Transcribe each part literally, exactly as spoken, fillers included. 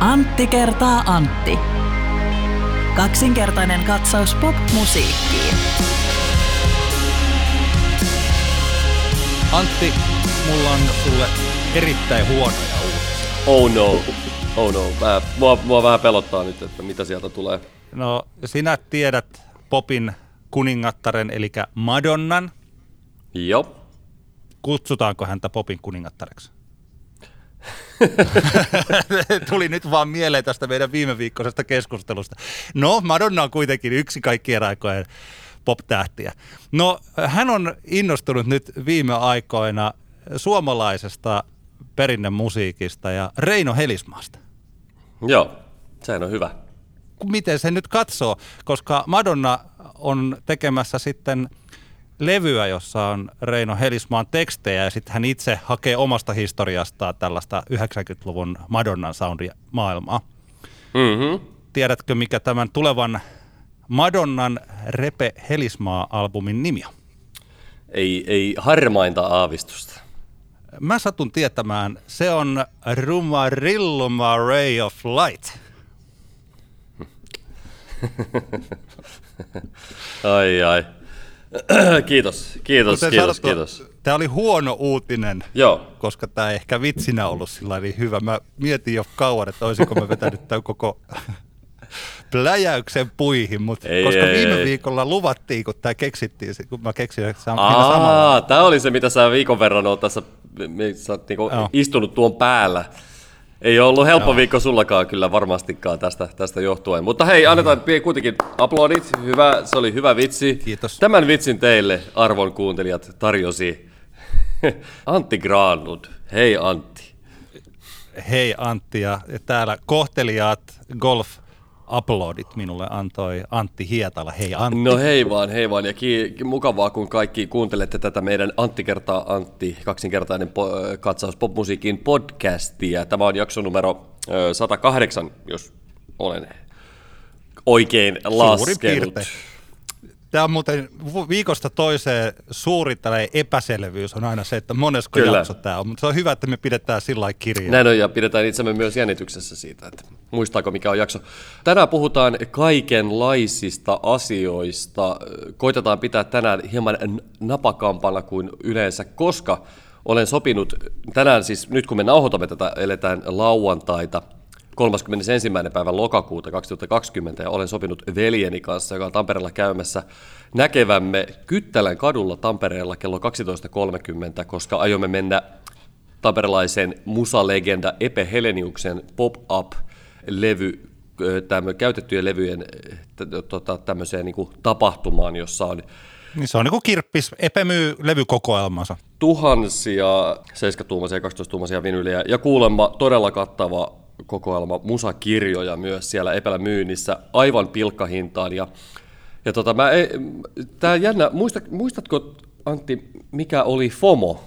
Antti kertaa Antti. Kaksinkertainen katsaus pop-musiikkiin. Antti, mulla on sulle erittäin huonoja uutisia. Oh no, oh no. Mä, mua, mua vähän pelottaa nyt, että mitä sieltä tulee. No, sinä tiedät popin kuningattaren, eli Madonnan. Joo. Kutsutaanko häntä popin kuningattareksi? Tuli nyt vaan mieleen tästä meidän viime viikkoisesta keskustelusta. No, Madonna on kuitenkin yksi kaikkien aikojen pop-tähtiä. No, hän on innostunut nyt viime aikoina suomalaisesta perinnemusiikista ja Reino Helismaasta. Joo, sehän on hyvä. Miten se nyt katsoo, koska Madonna on tekemässä sitten levyä, jossa on Reino Helismaan tekstejä ja sitten hän itse hakee omasta historiastaan tällaista yhdeksänkymmentäluvun Madonnan soundia maailmaa. Mm-hmm. Tiedätkö, mikä tämän tulevan Madonnan Repe Helismaa-albumin nimi on? Ei, ei harmainta aavistusta. Mä satun tietämään, se on Rumarilluma Ray of Light. ai ai. Kiitos, kiitos, Kuten kiitos, sanottu, kiitos. Tämä oli huono uutinen, Joo. koska tämä ei ehkä vitsinä ollut sillä niin hyvä. Mä mietin jo kauan, että olisinko mä vetänyt tämän koko pläjäyksen puihin, mutta ei, koska ei, viime ei. viikolla luvattiin, kun tämä keksittiin, kun mä keksin sam- Aa, tämä oli se, mitä sä viikon verran oot tässä sä oot niinku istunut tuon päällä. Ei ole ollut helppo Joo. viikko sullakaan kyllä varmastikaan tästä, tästä johtuen. Mutta hei, annetaan kuitenkin aplodit. Hyvä, se oli hyvä vitsi. Kiitos. Tämän vitsin teille, arvon kuuntelijat, tarjosi Antti Granlund. Hei Antti. Hei Antti, ja täällä kohteliaat golf uploadit minulle antoi Antti Hietala. Hei Antti. No hei vaan, hei vaan. Ja ki- mukavaa, kun kaikki kuuntelette tätä meidän Antti kertaa Antti, kaksinkertainen po- katsaus popmusiikin podcastia. Tämä on jakso numero ö, sata kahdeksan, jos olen oikein laskenut. Suurin piirtein. Tämä on muuten viikosta toiseen suuri tällainen epäselvyys on aina se, että monesko Kyllä. jakso tämä on, mutta se on hyvä, että me pidetään sillä lailla kirjaa. Näin on, ja pidetään itsemme myös jännityksessä siitä, että muistaako mikä on jakso. Tänään puhutaan kaikenlaisista asioista. Koitetaan pitää tänään hieman napakampana kuin yleensä, koska olen sopinut, tänään siis nyt kun me nauhoitamme tätä, eletään lauantaita, kolmaskymmenesensimmäinen päivä lokakuuta kaksituhattakaksikymmentä, ja olen sopinut veljeni kanssa, joka on Tampereella käymässä, näkevämme Kyttälän kadulla Tampereella kello kaksitoista kolmekymmentä, koska aiomme mennä tamperelaisen musalegenda Epe Heleniuksen pop-up-levy, tämmö, käytettyjen levyjen tota, tämmöiseen niin kuin tapahtumaan, jossa on Niin se on niin kuin kirppis, Epe myy levykokoelmansa. Tuhansia seitsemän-tuumaisia ja kaksitoista-tuumaisia vinylejä ja kuulemma todella kattava kokoelma musakirjoja myös siellä Epellä myynnissä aivan pilkkahintaan. Ja, ja tota, mä ei, tää jännä, muista, muistatko Antti, mikä oli FOMO?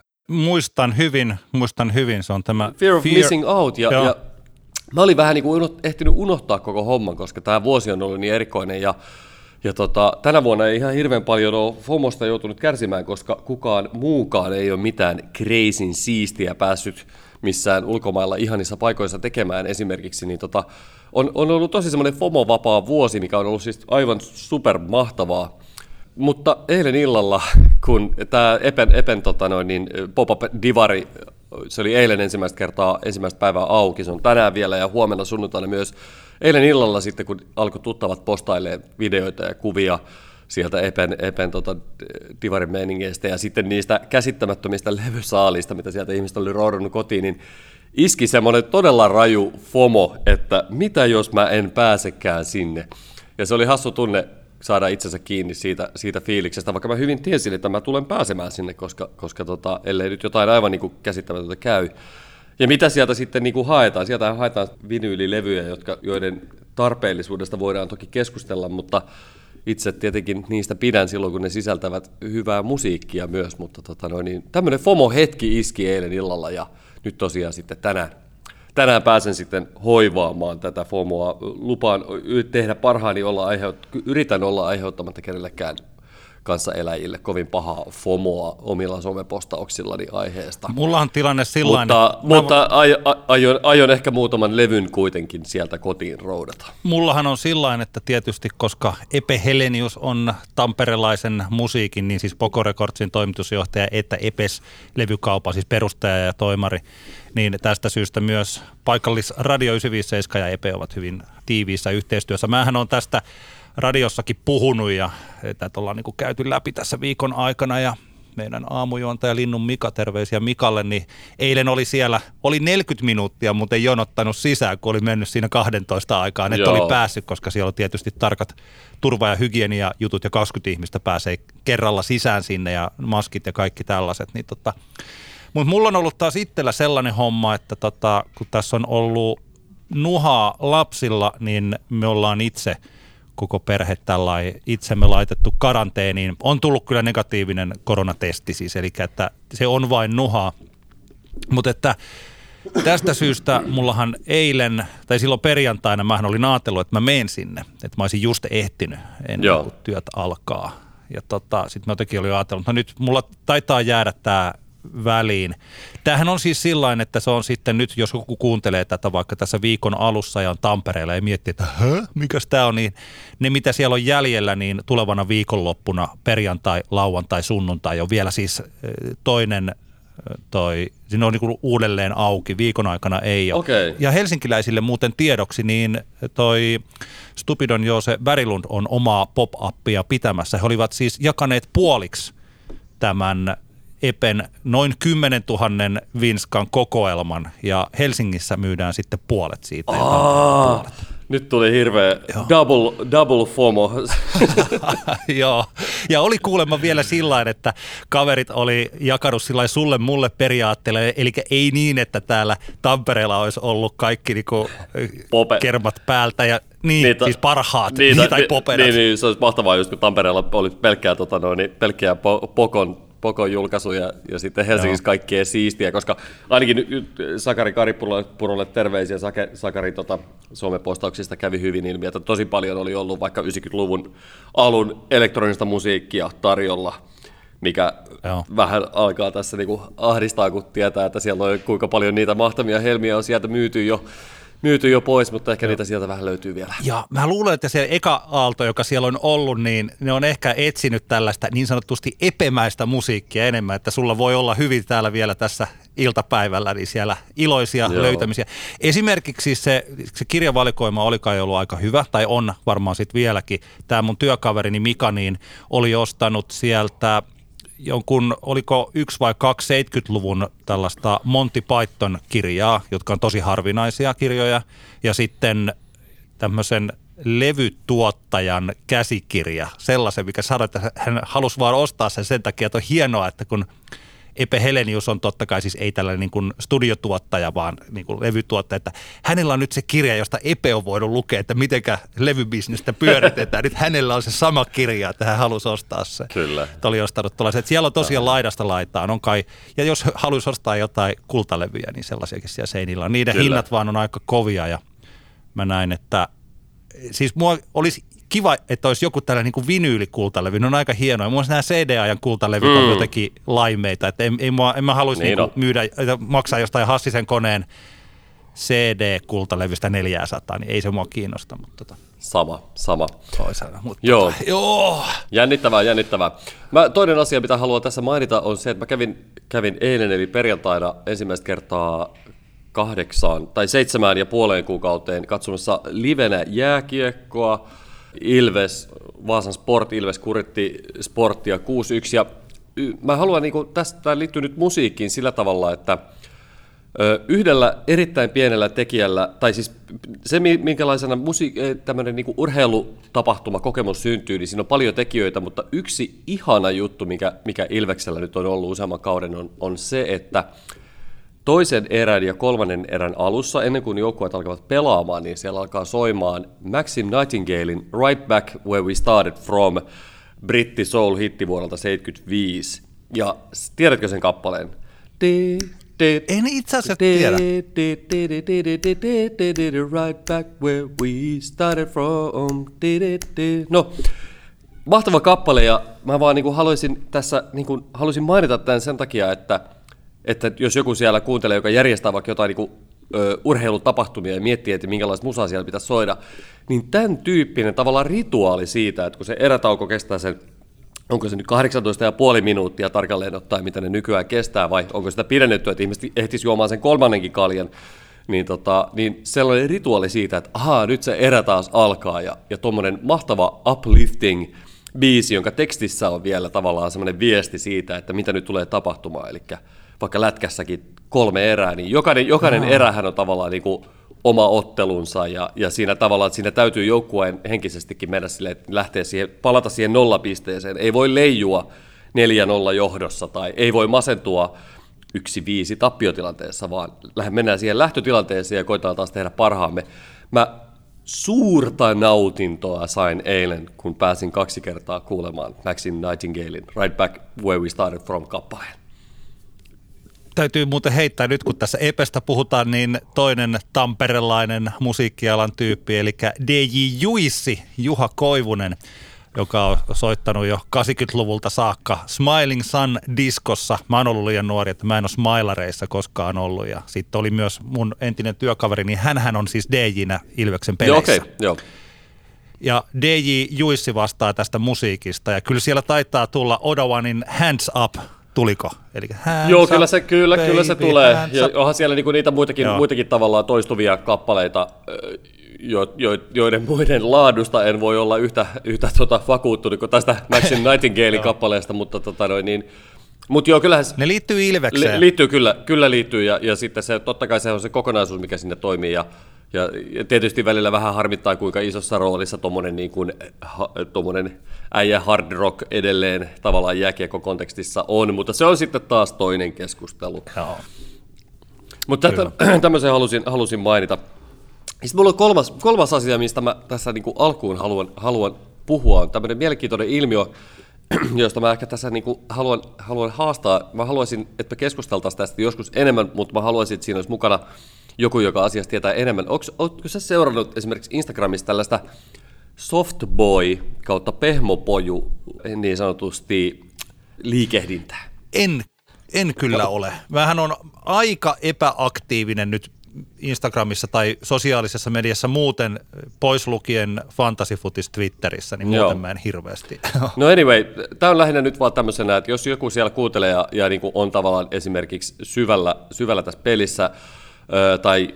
Muistan hyvin, muistan hyvin, se on tämä Fear of Fear. Missing Out. Ja, ja mä olin vähän niin kuin unoht, ehtinyt unohtaa koko homman, koska tämä vuosi on ollut niin erikoinen ja Ja tota, tänä vuonna ei ihan hirveän paljon ole FOMOsta joutunut kärsimään, koska kukaan muukaan ei ole mitään crazyn siistiä päässyt missään ulkomailla ihanissa paikoissa tekemään esimerkiksi. Niin tota, on, on ollut tosi semmoinen FOMO-vapaa vuosi, mikä on ollut siis aivan super mahtavaa. Mutta eilen illalla, kun tämä Epen, Epen tota noin, niin pop-up divari, se oli eilen ensimmäistä kertaa, ensimmäistä päivää auki, se on tänään vielä ja huomenna sunnuntaina myös. Eilen illalla sitten, kun alkoi tuttavat postailemaan videoita ja kuvia sieltä Epen, Epen tota, divarin meiningeistä ja sitten niistä käsittämättömistä levysaalista, mitä sieltä ihmiset oli roodannut kotiin, niin iski semmoinen todella raju FOMO, että mitä jos mä en pääsekään sinne. Ja se oli hassu tunne saada itsensä kiinni siitä, siitä fiiliksestä, vaikka mä hyvin tiesin, että mä tulen pääsemään sinne, koska, koska tota, ellei nyt jotain aivan niin kuin käsittämätöntä käy. Ja mitä sieltä sitten niin kuin haetaan? Sieltä haetaan vinyylilevyjä, jotka, joiden tarpeellisuudesta voidaan toki keskustella, mutta itse tietenkin niistä pidän silloin, kun ne sisältävät hyvää musiikkia myös. Mutta tota noin, niin tämmöinen FOMO-hetki iski eilen illalla ja nyt tosiaan sitten tänään. Tänään pääsen sitten hoivaamaan tätä FOMOa. Lupaan tehdä parhaani, olla aiheut- yritän olla aiheuttamatta kenellekään kanssaeläjille kovin pahaa FOMOa omilla somepostauksillani aiheesta. Mulla on tilanne sillain, Mutta, että mutta mä... aion, aion ehkä muutaman levyn kuitenkin sieltä kotiin roudata. Mullahan on sillain, että tietysti koska Epe Helenius on tamperelaisen musiikin, niin siis Poco Recordsin toimitusjohtaja että Epes levykaupan, siis perustaja ja toimari, niin tästä syystä myös paikallisradio yhdeksänsataaviisikymmentäseitsemän ja Epe ovat hyvin tiiviissä yhteistyössä. Mähän on tästä radiossakin puhunut ja tätä ollaan niin kuin käyty läpi tässä viikon aikana ja meidän aamujuontaja Linnun Mika, terveisiä Mikalle, niin eilen oli siellä, oli neljäkymmentä minuuttia, mutta ei jonottanut sisään, kun oli mennyt siinä kaksitoista aikaan, että oli päässyt, koska siellä on tietysti tarkat turva- ja hygienia-jutut ja kaksikymmentä ihmistä pääsee kerralla sisään sinne ja maskit ja kaikki tällaiset. Niin tota. Mutta mulla on ollut taas itsellä sellainen homma, että tota, kun tässä on ollut nuhaa lapsilla, niin me ollaan itse koko perhe tällainen itsemme laitettu karanteeniin. On tullut kyllä negatiivinen koronatesti siis, eli että se on vain nuhaa. Mutta että tästä syystä mullahan eilen, tai silloin perjantaina mähän olin ajatellut, että mä menen sinne, että mä olisin just ehtinyt ennen Joo. kuin työt alkaa. Ja tota, sitten mä jotenkin olin ajatellut, että no nyt mulla taitaa jäädä tää väliin. Tämähän on siis sillain, että se on sitten nyt, jos joku kuuntelee tätä vaikka tässä viikon alussa ja on Tampereella ja miettii, että hä, mikäs tää on, niin ne mitä siellä on jäljellä, niin tulevana viikonloppuna perjantai, lauantai, sunnuntai on vielä siis toinen toi, siinä on niin kuin uudelleen auki, viikon aikana ei ole. Okay. Ja helsinkiläisille muuten tiedoksi, niin toi Stupidon Joose Berglund on omaa pop-appia pitämässä. He olivat siis jakaneet puoliksi tämän Epen noin kymmenen tuhannen vinskan kokoelman ja Helsingissä myydään sitten puolet siitä. Aa, puolet. Nyt tuli hirveä double, double FOMO. Joo, ja oli kuulemma vielä sillain, että kaverit oli jakanut sillain sulle mulle periaatteella, eli ei niin, että täällä Tampereella olisi ollut kaikki niinku kermat päältä ja niin, niitä, siis parhaat, niitä, niitä tai poperat. Niin, niin, se olisi mahtavaa just kun Tampereella oli pelkkää, tota, no, niin, pelkkää po, pokon Pokon julkaisuja ja sitten Helsingissä Joo. kaikkea siistiä, koska ainakin nyt Sakari Karipurolle terveisiä, Sake, Sakari tota, somepostauksista kävi hyvin ilmi, että tosi paljon oli ollut vaikka yhdeksänkymmentäluvun alun elektronista musiikkia tarjolla, mikä Joo. vähän alkaa tässä niinku ahdistaa, kun tietää, että siellä on kuinka paljon niitä mahtavia helmiä on sieltä myyty jo. Myyty jo pois, mutta ehkä Joo. niitä sieltä vähän löytyy vielä. Ja mä luulen, että se eka aalto, joka siellä on ollut, niin ne on ehkä etsinyt tällaista niin sanotusti epemäistä musiikkia enemmän, että sulla voi olla hyvin täällä vielä tässä iltapäivällä, niin siellä iloisia Joo. löytämisiä. Esimerkiksi se, se kirjavalikoima oli kai ollut aika hyvä, tai on varmaan sitten vieläkin. Tämä mun työkaverini Mika niin oli ostanut sieltä jonkun, oliko yksi vai kaksi seitsemänkymmentäluvun tällaista Monty Python-kirjaa, jotka on tosi harvinaisia kirjoja, ja sitten tämmöisen levytuottajan käsikirja, sellaisen, mikä sanoi, että hän halusi vaan ostaa sen sen takia, että on hienoa, että kun Epe Helenius on totta kai siis ei tällainen niin kuin studiotuottaja, vaan niin kuin levytuottaja, että hänellä on nyt se kirja, josta Epe on voinut lukea, että mitenkä levybisnestä pyöritetään. Nyt hänellä on se sama kirja, että hän halusi ostaa se. Kyllä. Että oli ostanut tuollaisen. Että siellä on tosiaan laidasta laitaan. On kai, ja jos haluaisi ostaa jotain kultalevyjä, niin sellaisiakin siellä seinillä on. Niiden Kyllä. hinnat vaan on aika kovia ja mä näin, että siis mua olisi kiva, että olisi joku tällainen niin kuin vinyylikultalevy, ne on aika hienoja. Mun nämä C D-ajan kultalevyt mm. on jotenkin laimeita, että en, en, mä, en mä haluaisi niin niin myydä, maksaa jostain Hassisen koneen C D-kultalevystä neljäsataa, niin ei se mua kiinnosta. Mutta tota. Sama, sama. Toisaalta, mutta joo. Tota, joo. Jännittävää, jännittävää. Mä, toinen asia, mitä haluan tässä mainita, on se, että mä kävin, kävin eilen, eli perjantaina ensimmäistä kertaa kahdeksaan tai seitsemään ja puoleen kuukauteen katsomassa livenä jääkiekkoa. Ilves, Vaasan Sport, Ilves kuritti Sporttia kuusi yksi. Ja mä haluan, niin kuin, tästä liittyy nyt musiikkiin sillä tavalla, että yhdellä erittäin pienellä tekijällä, tai siis se, minkälaisena musiik- tämmöinen niin kuin urheilutapahtuma, kokemus syntyy, niin siinä on paljon tekijöitä, mutta yksi ihana juttu, mikä, mikä Ilveksellä nyt on ollut useamman kauden, on, on se, että toisen erän ja kolmannen erän alussa, ennen kuin joukkueet alkavat pelaamaan, niin siellä alkaa soimaan Maxim Nightingalein Right Back Where We Started From, britti soul-hitti vuodelta seitsemänkymmentäviisi. Ja tiedätkö sen kappaleen? En itse asiassa tiedä. Right back where we started from. No, mahtava kappale, ja mä vaan niin kuin haluaisin tässä niin kuin, haluaisin mainita tämän sen takia, että, että jos joku siellä kuuntelee, joka järjestää vaikka jotain niin kuin, ö, urheilutapahtumia ja miettii, että minkälaista musaa siellä pitäisi soida, niin tämän tyyppinen tavallaan rituaali siitä, että kun se erätauko kestää sen, onko se nyt kahdeksantoista pilkku viisi minuuttia tarkalleen ottaen, mitä ne nykyään kestää, vai onko sitä pidennetty, että ihmiset ehtisivät juomaan sen kolmannenkin kaljan, niin, tota, niin sellainen rituaali siitä, että ahaa, nyt se erä taas alkaa, ja, ja tuommoinen mahtava uplifting biisi, jonka tekstissä on vielä tavallaan semmoinen viesti siitä, että mitä nyt tulee tapahtumaan, eli vaikka lätkässäkin kolme erää, niin jokainen, jokainen no. erähän on tavallaan niin kuin oma ottelunsa, ja, ja siinä tavallaan, että siinä täytyy joukkueen henkisestikin mennä silleen, että lähteä siihen, palata siihen nollapisteeseen, ei voi leijua neljä nolla johdossa, tai ei voi masentua yksi viisi tappiotilanteessa, vaan mennään siihen lähtötilanteeseen ja koetaan taas tehdä parhaamme. Mä suurta nautintoa sain eilen, kun pääsin kaksi kertaa kuulemaan Maxine Nightingalein Right Back Where We Started From -kappaleen. Täytyy muuten heittää nyt, kun tässä Epestä puhutaan, niin toinen tamperelainen musiikkialan tyyppi, eli D J Juissi, Juha Koivunen, joka on soittanut jo kahdeksankymmentäluvulta saakka Smiling Sun diskossa. Mä oon ollut liian nuori, että mä en ole Smilareissa koskaan ollut. Ja sitten oli myös mun entinen työkaveri, niin hänhän on siis D J:nä Ilveksen peleissä. Joo, okay, joo. Ja D J Juissi vastaa tästä musiikista, ja kyllä siellä taitaa tulla Odawanin Hands Up. Tuliko? Eli Joo, up, kyllä se, kyllä, baby, kyllä se tulee. Ja onhan siellä niinku niitä muitakin, muitakin tavallaan toistuvia kappaleita, jo, jo, joiden muiden laadusta en voi olla yhtä, yhtä tota, vakuuttunut kuin tästä Maxine Nightingalein kappaleesta, mutta tota noin, niin, mut joo, kyllähän ne liittyy Ilvekseen. Li, liittyy kyllä, kyllä liittuu, ja, ja sitten se, totta kai se on se kokonaisuus, mikä sinne toimii, ja, ja, ja tietysti välillä vähän harmittaa, kuinka isossa roolissa tuommoinen niin kuin, ha, äijä hard rock edelleen tavallaan jääkiekko-kontekstissa on, mutta se on sitten taas toinen keskustelu. Joo. Mutta tämmöisen halusin, halusin mainita. Sitten mulla on kolmas, kolmas asia, mistä mä tässä niin kuin alkuun haluan, haluan puhua, on tämmöinen mielenkiintoinen ilmiö, josta mä ehkä tässä niin kuin haluan, haluan haastaa. Mä haluaisin, että me keskusteltaisiin tästä joskus enemmän, mutta mä haluaisin, että siinä olisi mukana joku, joka asiasta tietää enemmän. Oletko sä seurannut esimerkiksi Instagramissa tällaista softboy kautta pehmopoju niin sanotusti liikehdintää? En, en kyllä no. ole. Mähän on aika epäaktiivinen nyt Instagramissa tai sosiaalisessa mediassa muuten, pois lukien Fantasyfootis Twitterissä, niin muuten Joo. mä en hirveästi. No anyway, tämä on lähinnä nyt vaan tämmöisenä, että jos joku siellä kuuntelee ja, ja niin kuin on tavallaan esimerkiksi syvällä, syvällä tässä pelissä ö, tai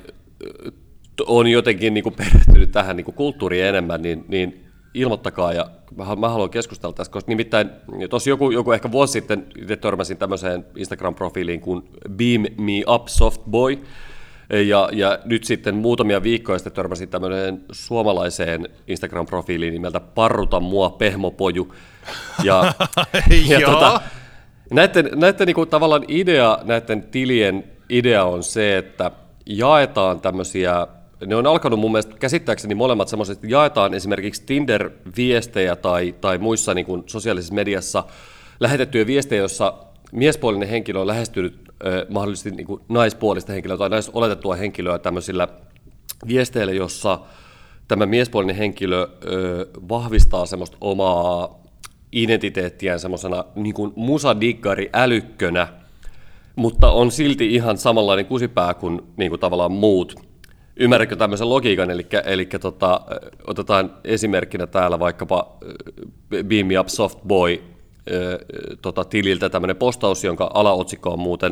on jotenkin niin kuin perehtynyt tähän niin kuin kulttuuriin enemmän, niin, niin ilmoittakaa, ja mä, mä haluan keskustella tässä, koska nimittäin tuossa joku, joku ehkä vuosi sitten itse törmäsin tämmöiseen Instagram-profiiliin kuin Beam Me Up Softboy, ja, ja nyt sitten muutamia viikkoja sitten törmäsin tämmöiseen suomalaiseen Instagram-profiiliin nimeltä Parruta mua pehmopoju, ja, ja tota, näiden, näiden niin kuin, tavallaan idea, näiden tilien idea on se, että jaetaan tämmöisiä, ne on alkanut mun mielestä käsittääkseni molemmat semmoiset, että jaetaan esimerkiksi Tinder-viestejä tai, tai muissa niin kuin sosiaalisessa mediassa lähetettyjä viestejä, jossa miespuolinen henkilö on lähestynyt eh, mahdollisesti niin kuin naispuolista henkilöä tai naisoletettua henkilöä tämmöisillä viesteillä, jossa tämä miespuolinen henkilö eh, vahvistaa semmoista omaa identiteettiään semmoisena niin kuin musadiggari älykkönä, mutta on silti ihan samanlainen kusipää kuin, niin kuin tavallaan muut. Ymmärrätkö tämmöisen logiikan? Eli, eli tota, otetaan esimerkkinä täällä vaikkapa Beam Me Up Softboy tota, tililtä tämmöinen postaus, jonka alaotsikko on muuten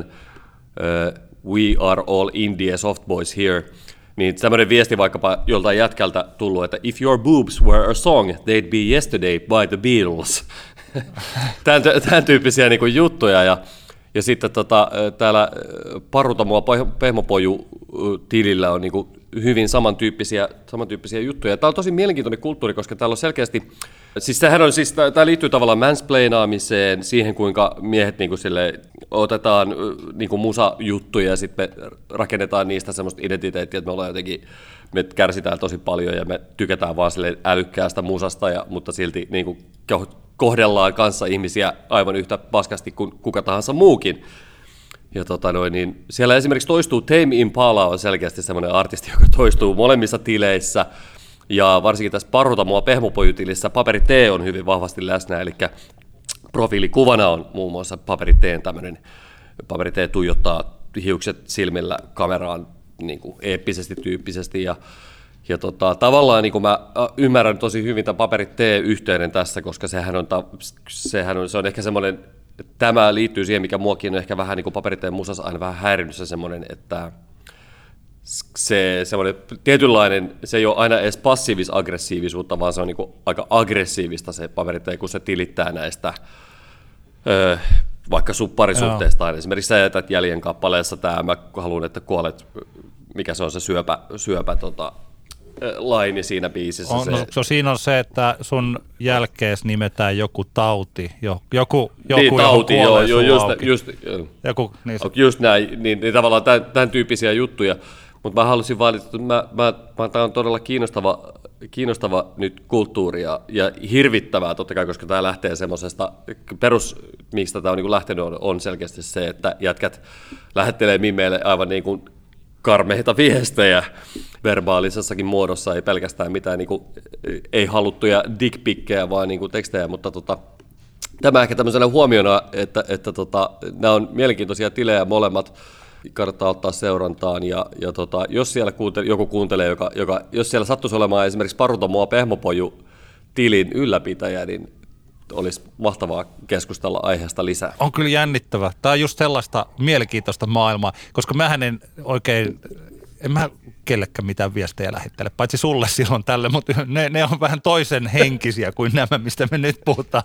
We are all India softboys here. Niin tämmöinen viesti vaikkapa joltain jätkältä tullut, että if your boobs were a song, they'd be yesterday by the Beatles. Tämän, tämän tyyppisiä niin kuin juttuja. Ja Ja sitten tota, täällä Parruta mua pehmopoju-tilillä on niin kuin hyvin samantyyppisiä, samantyyppisiä juttuja. Tämä on tosi mielenkiintoinen kulttuuri, koska täällä on selkeästi, siis tämähän on, siis tämä liittyy tavallaan mansplainaamiseen, siihen kuinka miehet niin kuin sille, otetaan niin kuin musajuttuja ja sitten me rakennetaan niistä semmoista identiteettiä, että me ollaan jotenkin, me kärsitään tosi paljon ja me tykätään vaan sille älykkäästä musasta, ja, mutta silti niin kuin kohdellaan kanssa ihmisiä aivan yhtä paskasti kuin kuka tahansa muukin. Ja tota noin, niin siellä esimerkiksi toistuu Tame Impala on selkeästi semmoinen artisti, joka toistuu molemmissa tileissä, ja varsinkin tässä Parruta mua pehmopojutilissä Paperi T on hyvin vahvasti läsnä, eli profiilikuvana on muun muassa Paperi-Teen tämmöinen, Paperi-Tee tuijottaa hiukset silmillä kameraan niin kuin eeppisesti, tyyppisesti ja Ja tota, tavallaan niin mä ymmärrän tosi hyvin tämän Paperi-Tee-yhteyden tässä, koska sehän on, sehän on, se on ehkä semmoinen, tämä liittyy siihen, mikä muakin on ehkä vähän niin kuin Paperi-Teen musassa aina vähän häirinnyt se semmoinen, että se semmoinen tietynlainen, se ei ole aina edes passiivis-aggressiivisuutta, vaan se on niin kuin aika aggressiivista se Paperi-Tee, kun se tilittää näistä öö, vaikka sun parisuhteestaan. Esimerkiksi sä jätät jäljen kappaleessa tämä, mä haluan, että kuolet, mikä se on se syöpä, syöpä tota, laini siinä biisissä. On, se. No, so siinä on se, että sun jälkees nimetään joku tauti, jo, joku, joku niin, tauti, joo, joo, just, just, joku, niin, just näin, niin, niin tavallaan tämän, tämän tyyppisiä juttuja, mutta mä halusin vaan, että mä, mä, mä, tämä on todella kiinnostava, kiinnostava nyt kulttuuri ja, ja hirvittävää totta kai, koska tämä lähtee semmoisesta, perus, miksi tätä on niin kuin lähtenyt, on, on selkeästi se, että jätkät lähettelee mimeille aivan niin kuin karmeita viestejä verbaalisessakin muodossa, ei pelkästään mitään niin kuin, ei haluttuja dickpikkejä, vaan niin kuin tekstejä, mutta tota, tämä ehkä tämmöisenä huomiona, että, että tota, nämä on mielenkiintoisia tilejä molemmat, kannattaa ottaa seurantaan, ja, ja tota, jos siellä kuuntele, joku kuuntelee, joka, joka, jos siellä sattuisi olemaan esimerkiksi Paruta mua Pehmopoju tilin ylläpitäjä, niin olisi mahtavaa keskustella aiheesta lisää. On kyllä jännittävä. Tämä on just sellaista mielenkiintoista maailmaa, koska mähän en oikein, en mä kellekään mitään viestejä lähettele, paitsi sulle silloin tälle, mutta ne, ne on vähän toisen henkisiä kuin nämä, mistä me nyt puhutaan.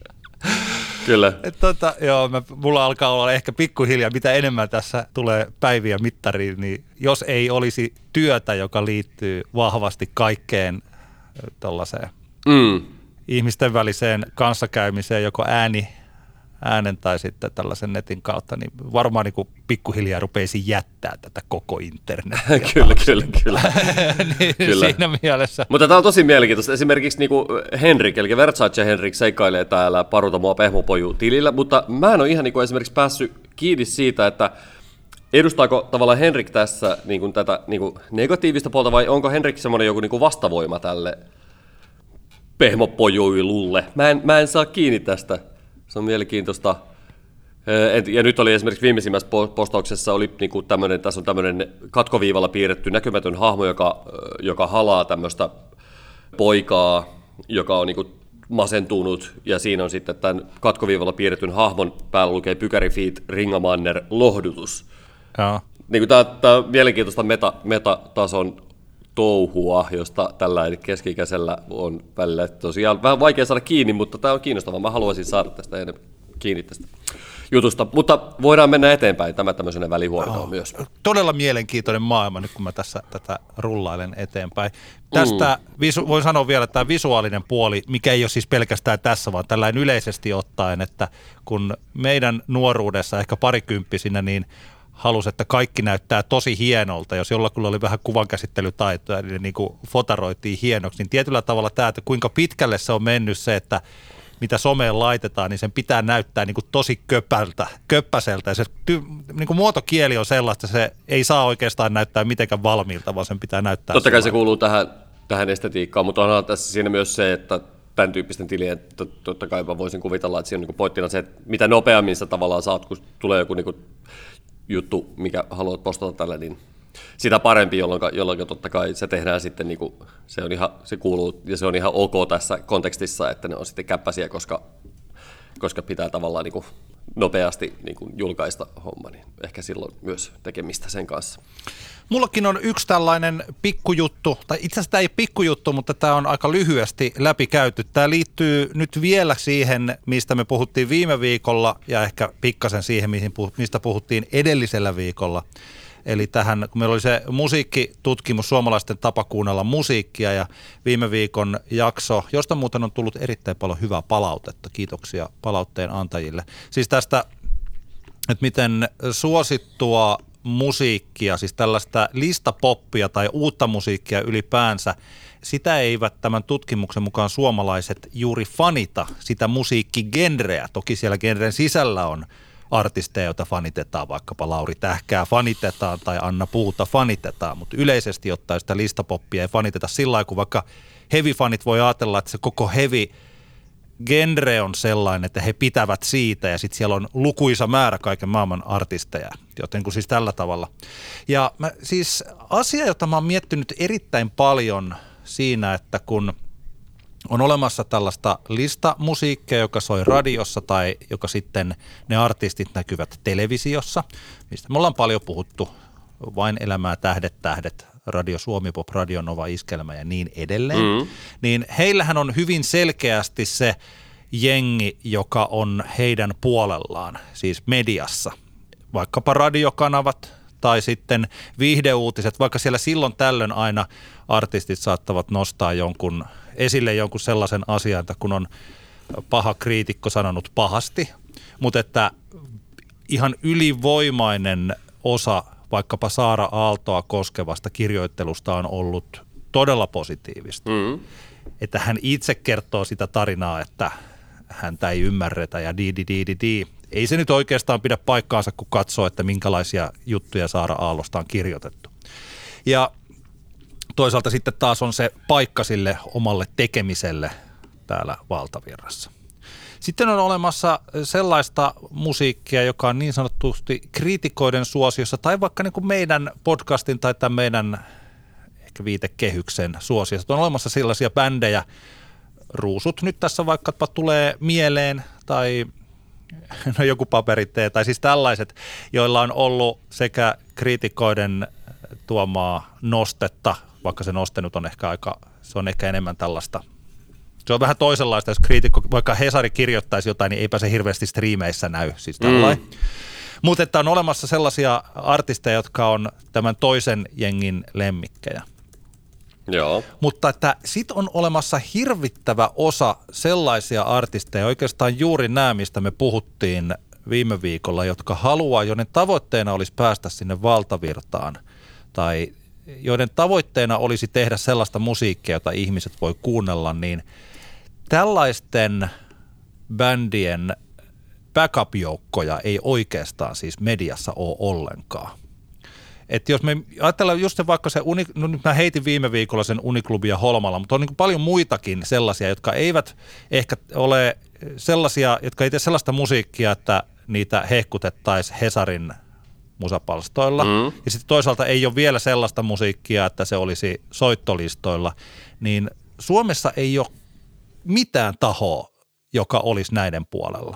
Kyllä. Et tota, joo, mä, mulla alkaa olla ehkä pikkuhiljaa, mitä enemmän tässä tulee päiviä mittariin, niin jos ei olisi työtä, joka liittyy vahvasti kaikkeen tollaiseen mm. ihmisten väliseen kanssakäymiseen, joko ääni, äänen tai sitten tällaisen netin kautta, niin varmaan niin kuin pikkuhiljaa rupeisi jättää tätä koko internetiä. Kyllä, kyllä, kyllä. niin, kyllä. Siinä mielessä. Mutta tämä on tosi mielenkiintoista. Esimerkiksi niin kuin Henrik, eli Versace Henrik seikkailee täällä Paruta mua Pehmopoju tilillä, mutta mä en ole ihan niin kuin esimerkiksi päässyt kiinni siitä, että edustaako tavallaan Henrik tässä niin kuin tätä niin kuin negatiivista puolta, vai onko Henrik semmoinen joku niin kuin vastavoima tälle Pehmopojuilulle? Mä en, mä en saa kiinni tästä. Se on mielenkiintoista. Ja nyt oli esimerkiksi viimeisimmässä postauksessa oli niinku tämmönen, tässä on tämmöinen katkoviivalla piirretty näkymätön hahmo, joka, joka halaa tämmöistä poikaa, joka on niinku masentunut, ja siinä on sitten tämän katkoviivalla piirretyn hahmon päällä lukee Pykäri-feat Ringamanner lohdutus. Niin tämä on mielenkiintoista meta, metatason touhua, josta tällä keski-ikäisellä on välillä tosiaan vähän vaikea saada kiinni, mutta tämä on kiinnostavaa. Mä haluaisin saada tästä enemmän kiinni tästä jutusta, mutta voidaan mennä eteenpäin tämä tämmöisenä välihuomioon oh, myös. Todella mielenkiintoinen maailma nyt, kun mä tässä tätä rullailen eteenpäin. Tästä mm. visu, voin sanoa vielä, että tämä visuaalinen puoli, mikä ei ole siis pelkästään tässä, vaan tällainen yleisesti ottaen, että kun meidän nuoruudessa ehkä parikymppisinä, niin halusi, että kaikki näyttää tosi hienolta. Jos jollakulla oli vähän kuvankäsittelytaitoja, niin, niin kuin fotaroitiin hienoksi, niin tietyllä tavalla tämä, että kuinka pitkälle se on mennyt se, että mitä someen laitetaan, niin sen pitää näyttää niin kuin tosi köpältä, köppäseltä. Ja se ty, niin kuin muotokieli on sellaista, se ei saa oikeastaan näyttää mitenkään valmiilta, vaan sen pitää näyttää. Totta kai se kuuluu tähän, tähän estetiikkaan, mutta onhan tässä siinä myös se, että tämän tyyppisten tilien, totta kai mä voisin kuvitella, että siinä on niin kuin pointtina se, että mitä nopeammin sä tavallaan saat, kun tulee joku niin kuin juttu, mikä haluat postata tällä, niin sitä parempi, jolloin, jolloin totta kai se tehdään sitten, niin kuin, se, on ihan, se kuuluu ja se on ihan ok tässä kontekstissa, että ne on sitten käppäisiä, koska, koska pitää tavallaan niin kuin nopeasti niin kuin julkaista homma, niin ehkä silloin myös tekemistä sen kanssa. Mullakin on yksi tällainen pikkujuttu, tai itse asiassa tämä ei ole pikkujuttu, mutta tämä on aika lyhyesti läpikäyty. Tämä liittyy nyt vielä siihen, mistä me puhuttiin viime viikolla ja ehkä pikkasen siihen, mistä puhuttiin edellisellä viikolla. Eli tähän, kun meillä oli se musiikkitutkimus, suomalaisten tapa kuunnella musiikkia ja viime viikon jakso, josta muuten on tullut erittäin paljon hyvää palautetta. Kiitoksia palautteen antajille. Siis tästä, että miten suosittua musiikkia, siis tällaista listapoppia tai uutta musiikkia ylipäänsä, sitä eivät tämän tutkimuksen mukaan suomalaiset juuri fanita, sitä musiikkigenreä. Toki siellä genren sisällä on artisteja, joita fanitetaan, vaikkapa Lauri Tähkää fanitetaan tai Anna Puuta fanitetaan, mutta yleisesti ottaen sitä listapoppia ei faniteta sillä lailla, kun vaikka heavy-fanit voi ajatella, että se koko heavy genre on sellainen, että he pitävät siitä ja sitten siellä on lukuisa määrä kaiken maailman artisteja, joten kun siis tällä tavalla. Ja mä, siis asia, jota mä oon miettinyt erittäin paljon siinä, että kun on olemassa tällaista listamusiikkia, joka soi radiossa tai joka sitten ne artistit näkyvät televisiossa, mistä me ollaan paljon puhuttu, Vain elämää, Tähdet, tähdet, Radio Suomi Pop, Radio Nova, Iskelmä ja niin edelleen, mm. niin heillähän on hyvin selkeästi se jengi, joka on heidän puolellaan, siis mediassa, vaikkapa radiokanavat tai sitten viihdeuutiset, vaikka siellä silloin tällöin aina artistit saattavat nostaa jonkun esille jonkun sellaisen asian, että kun on paha kriitikko sanonut pahasti, mutta että ihan ylivoimainen osa vaikkapa Saara Aaltoa koskevasta kirjoittelusta on ollut todella positiivista. Mm. Että hän itse kertoo sitä tarinaa, että häntä ei ymmärretä ja di di di di di. Ei se nyt oikeastaan pidä paikkaansa, kun katsoo, että minkälaisia juttuja Saara Aallosta on kirjoitettu. Ja toisaalta sitten taas on se paikka sille omalle tekemiselle täällä Valtavirrassa. Sitten on olemassa sellaista musiikkia, joka on niin sanotusti kriitikoiden suosiossa tai vaikka niin kuin meidän podcastin tai tämän meidän ehkä viitekehyksen suosiossa. On olemassa sellaisia bändejä, Ruusut nyt tässä vaikkapa tulee mieleen tai no joku Paperitee tai siis tällaiset, joilla on ollut sekä kriitikoiden tuomaa nostetta, vaikka se noste nyt on ehkä aika, se on ehkä enemmän tällaista. Se on vähän toisenlaista, jos kriitikko, vaikka Hesari kirjoittaisi jotain, niin eipä se hirveästi striimeissä näy. Siis mm. Mutta että on olemassa sellaisia artisteja, jotka on tämän toisen jengin lemmikkejä. Joo. Mutta että sitten on olemassa hirvittävä osa sellaisia artisteja, oikeastaan juuri nämä, mistä me puhuttiin viime viikolla, jotka haluaa, joiden tavoitteena olisi päästä sinne valtavirtaan tai joiden tavoitteena olisi tehdä sellaista musiikkia, jota ihmiset voi kuunnella, niin tällaisten bändien backup-joukkoja ei oikeastaan siis mediassa ole ollenkaan. Että jos me ajatellaan just se vaikka se, uni, no nyt mä heitin viime viikolla sen Uniklubia Holmalla, mutta on niin kuin paljon muitakin sellaisia, jotka eivät ehkä ole sellaisia, jotka ei tee sellaista musiikkia, että niitä hehkutettaisiin Hesarin musapalstoilla. Mm. Ja sitten toisaalta ei ole vielä sellaista musiikkia, että se olisi soittolistoilla, niin Suomessa ei ole mitään tahoa, joka olisi näiden puolella.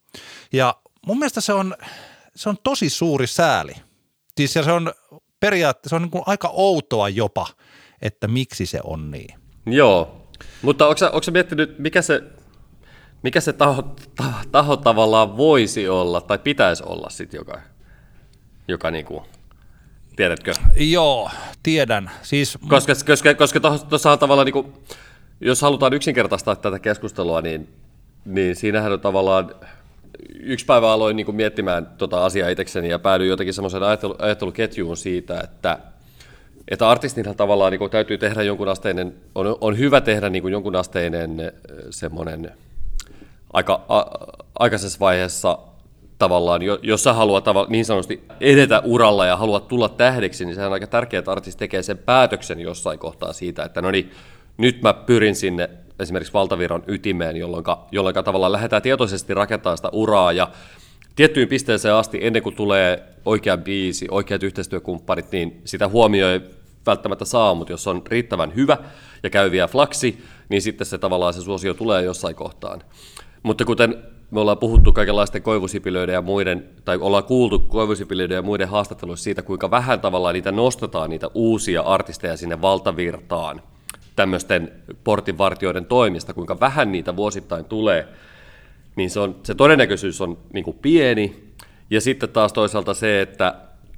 Ja mun mielestä se on, se on tosi suuri sääli. Siis ja se on periaatteessa, se on niin kuin aika outoa jopa, että miksi se on niin. Joo, mutta onko sä, onko sä miettinyt, mikä se, mikä se taho, taho, taho tavallaan voisi olla tai pitäisi olla sitten, joka, joka niin kuin, tiedätkö? Joo, tiedän. Siis, koska koska, koska tuossa on tavallaan, niin kuin, jos halutaan yksinkertaistaa tätä keskustelua, niin, niin siinähän on tavallaan, yksi päivä aloin niin kuin miettimään tota asiaa itsekseni ja päädyin jotenkin semmoiseen ajattelu, ajatteluketjuun siitä, että, että artistinhan tavallaan niin kuin täytyy tehdä jonkun asteinen, on, on hyvä tehdä niin kuin jonkun asteinen semmoinen aika a, aikaisessa vaiheessa tavallaan, jos sä haluat tavallaan, niin sanotusti edetä uralla ja haluat tulla tähdeksi, niin sehän on aika tärkeää, että artisti tekee sen päätöksen jossain kohtaa siitä, että no niin, nyt mä pyrin sinne esimerkiksi valtavirran ytimeen, jolloin, jolloin tavallaan lähdetään tietoisesti rakentamaan sitä uraa ja tiettyyn pisteeseen asti ennen kuin tulee oikea biisi, oikeat yhteistyökumppanit, niin sitä huomioi välttämättä saa, mutta jos on riittävän hyvä ja käy vielä flaksi, niin sitten se tavallaan se suosio tulee jossain kohtaan. Mutta kuten me ollaan puhuttu kaikenlaisten koivusipilöiden ja muiden, tai ollaan kuultu koivusipilöiden ja muiden haastatteluissa siitä, kuinka vähän tavallaan niitä nostetaan, niitä uusia artisteja sinne valtavirtaan, tämmöisten portinvartijoiden toimista, kuinka vähän niitä vuosittain tulee, niin se, on, se todennäköisyys on niin kuin pieni. Ja sitten taas toisaalta se, että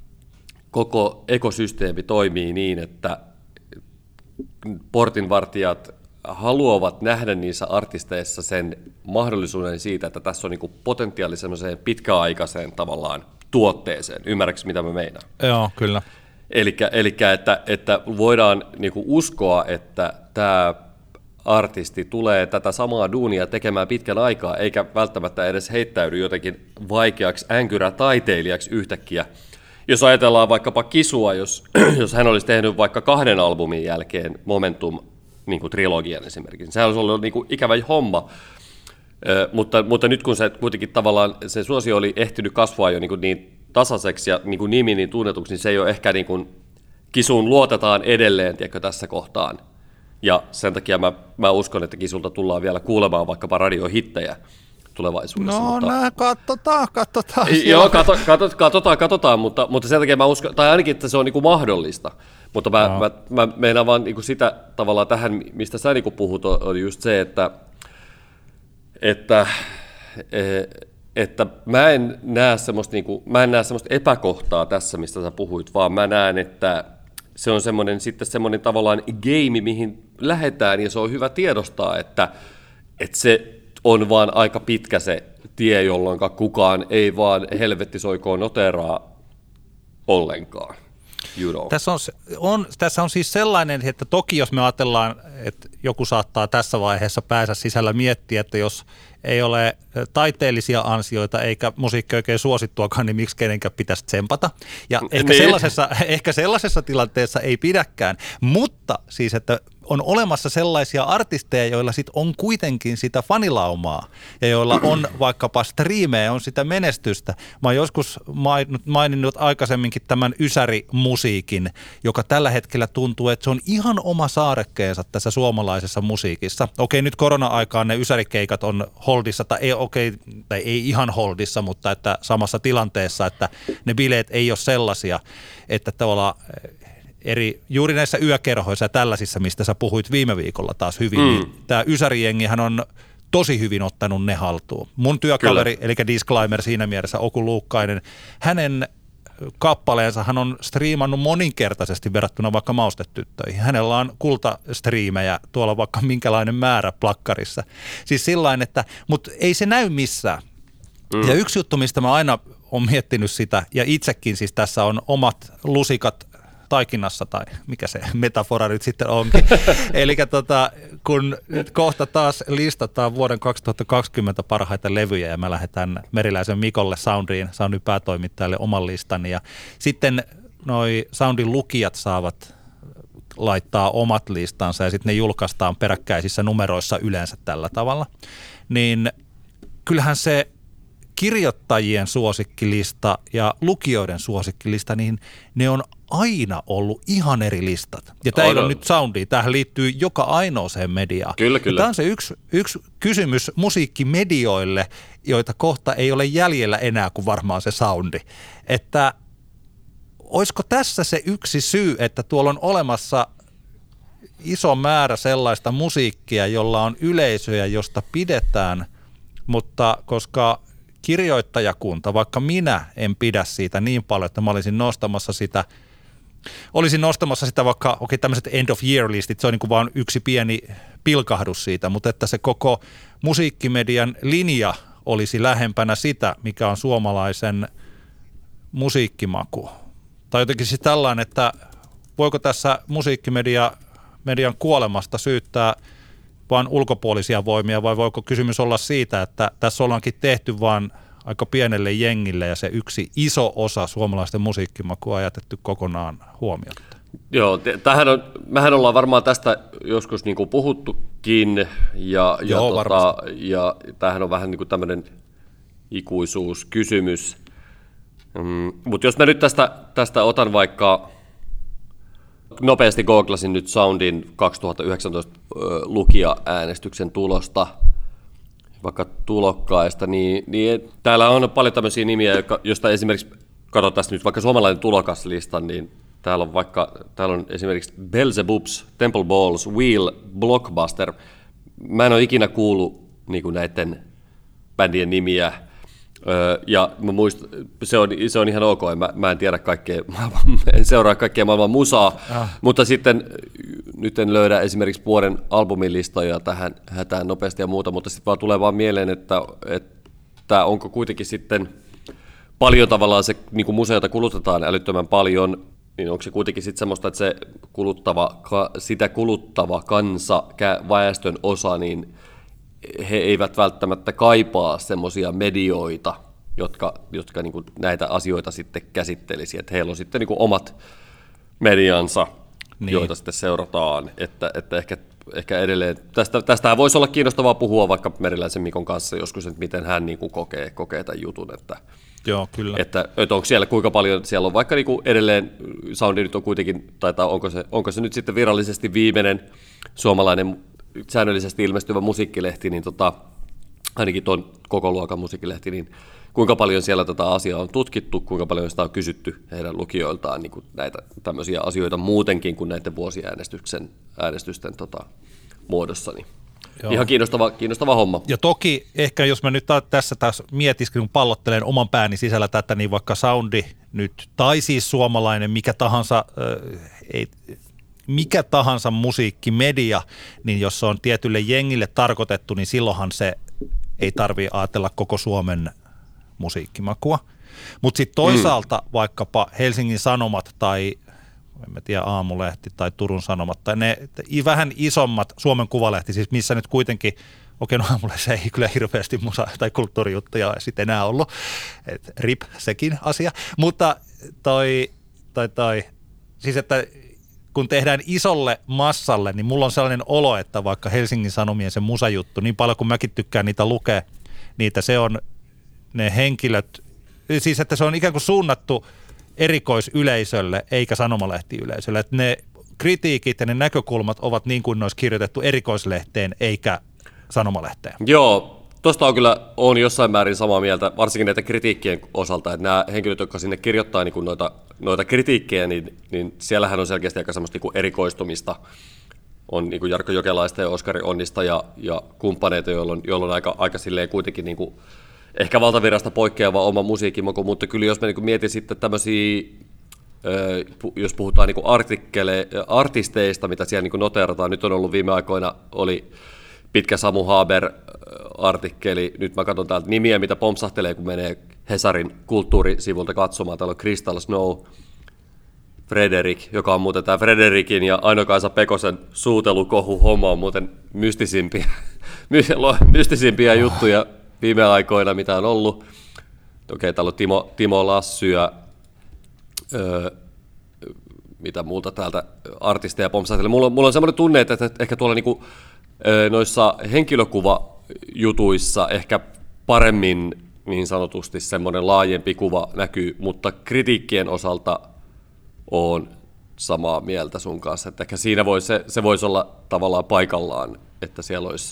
koko ekosysteemi toimii niin, että portinvartijat haluavat nähdä niissä artisteissa sen mahdollisuuden siitä, että tässä on niin kuin potentiaali semmoiseen pitkäaikaiseen tavallaan tuotteeseen. Ymmärrätkö, mitä mä meinaan? Joo, kyllä. Elikkä, elikkä että, että voidaan niinku uskoa, että tämä artisti tulee tätä samaa duunia tekemään pitkän aikaa, eikä välttämättä edes heittäydy jotenkin vaikeaksi änkyrätaiteilijaksi yhtäkkiä. Jos ajatellaan vaikkapa Kisua, jos, jos hän olisi tehnyt vaikka kahden albumin jälkeen Momentum-trilogian esimerkiksi, sehän olisi ollut niinku ikävä homma, Ö, mutta, mutta nyt kun se kuitenkin tavallaan se suosio oli ehtinyt kasvaa jo niin, kuin niin tasaiseksi ja niin kuin nimi niin tunnetuksi, niin se ei ole ehkä niin kuin Kisuun luotetaan edelleen, tiedätkö, tässä kohtaan. Ja sen takia mä, mä uskon, että Kisulta tullaan vielä kuulemaan vaikkapa radiohittejä tulevaisuudessa. No, mutta... nää, katsotaan, katsotaan. Joo, kato, kato, katsotaan, katsotaan, mutta, mutta sen takia mä uskon, tai ainakin, että se on niin kuin mahdollista. Mutta mä, no. mä, mä meinaan vaan niin kuin sitä tavallaan tähän, mistä sä niin kuin puhut, on just se, että, että, että mä en näe semmoista, niin kuin, mä en näe semmoista epäkohtaa tässä, mistä sä puhuit, vaan mä näen, että se on semmoinen, sitten semmoinen tavallaan game, mihin lähdetään, ja se on hyvä tiedostaa, että, että se on vaan aika pitkä se tie, jolloin kukaan ei vaan helvettisoikoon noteraa ollenkaan. You know. Tässä on, on, tässä on siis sellainen, että toki jos me ajatellaan, että joku saattaa tässä vaiheessa päänsä sisällä miettiä, että jos ei ole taiteellisia ansioita eikä musiikki oikein suosittuakaan, niin miksi kenenkään pitäisi tsempata. Ja ehkä, niin. sellaisessa, ehkä sellaisessa tilanteessa ei pidäkään, mutta siis, että on olemassa sellaisia artisteja, joilla sit on kuitenkin sitä fanilaumaa ja joilla on vaikkapa striimejä, on sitä menestystä. Mä oon joskus maininnut aikaisemminkin tämän ysärimusiikin, joka tällä hetkellä tuntuu, että se on ihan oma saarekkeensa tässä suomalaisessa musiikissa. Okei, nyt korona-aikaan ne ysärikeikat on holdissa, tai ei, okei, tai ei ihan holdissa, mutta että samassa tilanteessa, että ne bileet ei ole sellaisia, että tavallaan eri, juuri näissä yökerhoissa ja tällaisissa, mistä sä puhuit viime viikolla taas hyvin, mm. niin tämä ysärijengihän on tosi hyvin ottanut ne haltuun. Mun työkaveri, Kyllä. eli Disclaimer siinä mielessä, Oku Luukkainen, hänen kappaleensa hän on striimannut moninkertaisesti verrattuna vaikka Maustetyttöihin. Hänellä on kultastriimejä tuolla vaikka minkälainen määrä plakkarissa. Siis sillain, että, mutta ei se näy missään. Mm. Ja yksi juttu, mistä mä aina olen miettinyt sitä, ja itsekin siis tässä on omat lusikat taikinnassa, tai mikä se metafora nyt sitten onkin. Eli tota, kun nyt kohta taas listataan vuoden kaksituhattakaksikymmentä parhaita levyjä, ja mä lähdetän Meriläisen Mikolle Soundiin, Soundin päätoimittajalle oman listani, ja sitten noi Soundin lukijat saavat laittaa omat listansa, ja sitten ne julkaistaan peräkkäisissä numeroissa yleensä tällä tavalla. Niin kyllähän se kirjoittajien suosikkilista ja lukijoiden suosikkilista, niin ne on aina ollut ihan eri listat. Ja tämä ei ole nyt Soundia, tämähän liittyy joka ainoaseen mediaan. Kyllä, kyllä. Tämä on se yksi, yksi kysymys musiikkimedioille, joita kohta ei ole jäljellä enää kuin varmaan se Soundi. Että olisiko tässä se yksi syy, että tuolla on olemassa iso määrä sellaista musiikkia, jolla on yleisöjä, josta pidetään, mutta koska kirjoittajakunta, vaikka minä en pidä siitä niin paljon, että mä olisin nostamassa sitä, olisin nostamassa sitä vaikka, okei, tämmöiset end of year listit, se on niin kuin vaan yksi pieni pilkahdus siitä, mutta että se koko musiikkimedian linja olisi lähempänä sitä, mikä on suomalaisen musiikkimaku. Tai jotenkin siis tällainen, että voiko tässä musiikkimedia median kuolemasta syyttää vaan ulkopuolisia voimia, vai voiko kysymys olla siitä, että tässä ollaankin tehty vaan aika pienelle jengille ja se yksi iso osa suomalaisten musiikkimakua on jätetty kokonaan huomiota? Joo, tämähän on, mehän ollaan varmaan tästä joskus niin kuin puhuttukin, ja, ja, Joo, tota, ja tämähän on vähän niin kuin tämmöinen ikuisuuskysymys. Mm, mutta jos mä nyt tästä, tästä otan vaikka, nopeasti googlasin nyt Soundin kaksituhattayhdeksäntoista lukija-äänestyksen tulosta, vaikka tulokkaista, niin, niin täällä on paljon tämmöisiä nimiä, joista esimerkiksi, katso tässä nyt vaikka suomalainen tulokaslista, niin täällä on vaikka, täällä on esimerkiksi Beelzebubs, Temple Balls, Wheel, Blockbuster. Mä en ole ikinä kuullut niin kuin näiden bändien nimiä, ja mä muistan, se on, se on ihan ok, mä, mä en tiedä kaikkea, en seuraa kaikkea maailman musaa, ah. mutta sitten nyt en löydä esimerkiksi vuoden albumilistoja tähän hätään nopeasti ja muuta, mutta sitten vaan tulee vaan mieleen, että, että onko kuitenkin sitten paljon tavallaan se niin kuin museota kulutetaan älyttömän paljon, niin onko se kuitenkin sitten semmoista, että se kuluttava, sitä kuluttava kansa, väestön osa, niin he eivät välttämättä kaipaa semmoisia medioita, jotka, jotka niin kuin näitä asioita sitten käsittelisi. Että heillä on sitten niin kuin omat mediansa, niin, joita sitten seurataan. Että, että ehkä ehkä edelleen, tästä, tästähän voisi olla kiinnostavaa puhua vaikka Meriläisen Mikon kanssa joskus, että miten hän niin kuin kokee, kokee tämän jutun, että, Joo, kyllä. Että, että onko siellä kuinka paljon, siellä on vaikka niin kuin edelleen, Soundi nyt on kuitenkin, tai onko se, onko se nyt sitten virallisesti viimeinen suomalainen säännöllisesti ilmestyvä musiikkilehti, niin tota, ainakin tuon koko luokan musiikkilehti, niin kuinka paljon siellä tätä asiaa on tutkittu, kuinka paljon sitä on kysytty heidän lukijoiltaan niin kuin näitä tämmöisiä asioita muutenkin kuin näiden vuosiäänestysten äänestysten tota, muodossa. Niin ihan kiinnostava, kiinnostava homma. Ja toki ehkä jos mä nyt tässä taas mietiskin, kun pallottelen oman pääni sisällä tätä, niin vaikka Soundi nyt, tai siis suomalainen, mikä tahansa, äh, ei, mikä tahansa musiikkimedia, niin jos se on tietylle jengille tarkoitettu, niin silloinhan se ei tarvitse ajatella koko Suomen musiikkimakua. Mutta sitten toisaalta mm. vaikkapa Helsingin Sanomat tai en mä tiedä, Aamulehti tai Turun Sanomat tai ne vähän isommat Suomen Kuvalehti, siis missä nyt kuitenkin, okei no Aamulehdessä ei kyllä hirveästi musa- tai kulttuurijuttuja sitten enää ollut, et rip sekin asia, mutta toi, toi, toi, siis että kun tehdään isolle massalle, niin mulla on sellainen olo, että vaikka Helsingin Sanomien se musajuttu, niin paljon kuin mäkin tykkään niitä lukea, niitä se on ne henkilöt, siis että se on ikään kuin suunnattu erikoisyleisölle eikä sanomalehtiyleisölle. Että ne kritiikit ja ne näkökulmat ovat niin kuin ne olisi kirjoitettu erikoislehteen eikä sanomalehteen. Joo, tuosta on kyllä on jossain määrin samaa mieltä, varsinkin näiden kritiikkien osalta, että nämä henkilöt, jotka sinne kirjoittaa niin kuin noita, noita kritiikkejä, niin, niin siellähän on selkeästi aika semmoista niin kuin erikoistumista. On niin kuin Jarkko Jokelaista ja Oskari Onnista ja, ja kumppaneita, joilla on, joilla on aika, aika silleen kuitenkin niin kuin ehkä valtavirrasta poikkeava oma musiikkimaku, mutta kyllä jos mä niin mietin sitten tämmöisiä, jos puhutaan niin artisteista, mitä siellä niin noteerataan, nyt on ollut viime aikoina, oli pitkä Samu Haber-artikkeli, nyt mä katson täältä nimiä, mitä pompsahtelee, kun menee Hesarin kulttuurisivulta katsomaan, täällä on Crystal Snow, Frederik, joka on muuten tämä Frederikin ja Aino-Kaisa Pekosen suutelukohu homma on muuten mystisimpiä, mystisimpiä juttuja viime aikoina, mitä on ollut. Okei, täällä on Timo, Timo Lassy ja öö, mitä muuta täältä artisteja pompsahtelee. Mulla, mulla on semmoinen tunne, että ehkä tuolla niinku, öö, noissa henkilökuvajutuissa ehkä paremmin niin sanotusti semmoinen laajempi kuva näkyy, mutta kritiikkien osalta on samaa mieltä sun kanssa. Että ehkä siinä voi, se, se voisi olla tavallaan paikallaan, että siellä olisi